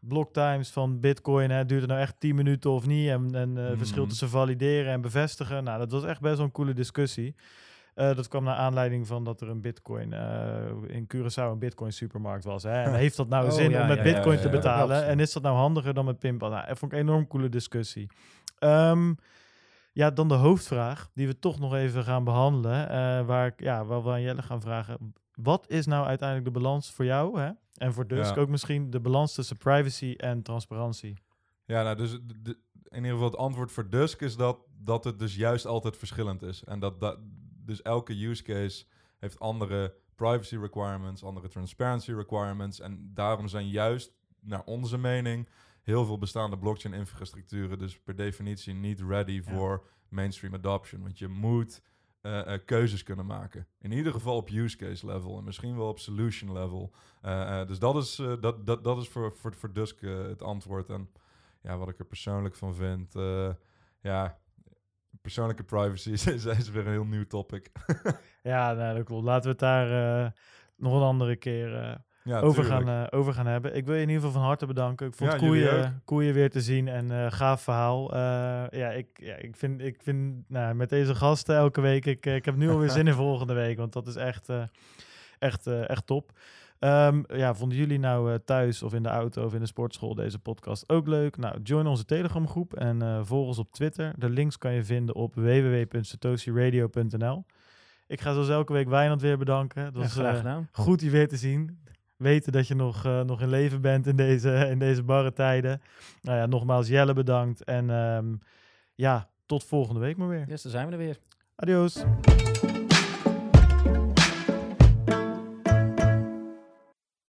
blocktimes van Bitcoin, hè, duurt het nou echt tien minuten of niet? En, en uh, Mhm. verschil tussen valideren en bevestigen. Nou, dat was echt best wel een coole discussie. Uh, dat kwam naar aanleiding van dat er een Bitcoin uh, in Curaçao een Bitcoin supermarkt was. Hè? En heeft dat nou Oh, zin ja, om met ja, Bitcoin ja, te ja, ja. betalen? En is dat nou handiger dan met Pinpal? Nou, dat vond ik een enorm coole discussie. Um, ja, dan de hoofdvraag die we toch nog even gaan behandelen. Uh, waar, ik, ja, waar we aan Jelle gaan vragen. Wat is nou uiteindelijk de balans voor jou? Hè? En voor Dusk Ja. ook misschien de balans tussen privacy en transparantie. Ja, nou, dus de, de, in ieder geval het antwoord voor Dusk is dat, dat het dus juist altijd verschillend is. En dat, dat dus elke use case heeft andere privacy requirements, andere transparency requirements. En daarom zijn juist, naar onze mening, heel veel bestaande blockchain-infrastructuren dus per definitie niet ready voor ja. mainstream adoption. Want je moet uh, uh, keuzes kunnen maken. In ieder geval op use case level en misschien wel op solution level. Uh, uh, dus dat is, uh, dat, dat, dat is voor, voor, voor Dusk uh, het antwoord. En ja, wat ik er persoonlijk van vind, uh, ja, persoonlijke privacy is, is weer een heel nieuw topic. Ja, nou, dat klopt. Laten we het daar uh, nog een andere keer uh, ja, over, gaan, uh, over gaan hebben. Ik wil je in ieder geval van harte bedanken. Ik vond ja, koeien, koeien weer te zien en uh, gaaf verhaal. Uh, ja, ik, ja, ik vind, ik vind nou, met deze gasten elke week, ik, ik heb nu alweer zin in volgende week, want dat is echt, uh, echt, uh, echt top. Um, ja, vonden jullie nou uh, thuis of in de auto of in de sportschool deze podcast ook leuk? Nou, join onze Telegram groep en uh, volg ons op Twitter. De links kan je vinden op w w w punt satoshi radio punt n l. Ik ga zoals elke week Wijnand weer bedanken. Het was ja, uh, goed je weer te zien. Weten dat je nog, uh, nog in leven bent in deze, in deze barre tijden. Nou ja, nogmaals Jelle bedankt. En um, ja, tot volgende week maar weer. Yes, dan zijn we er weer. Adios.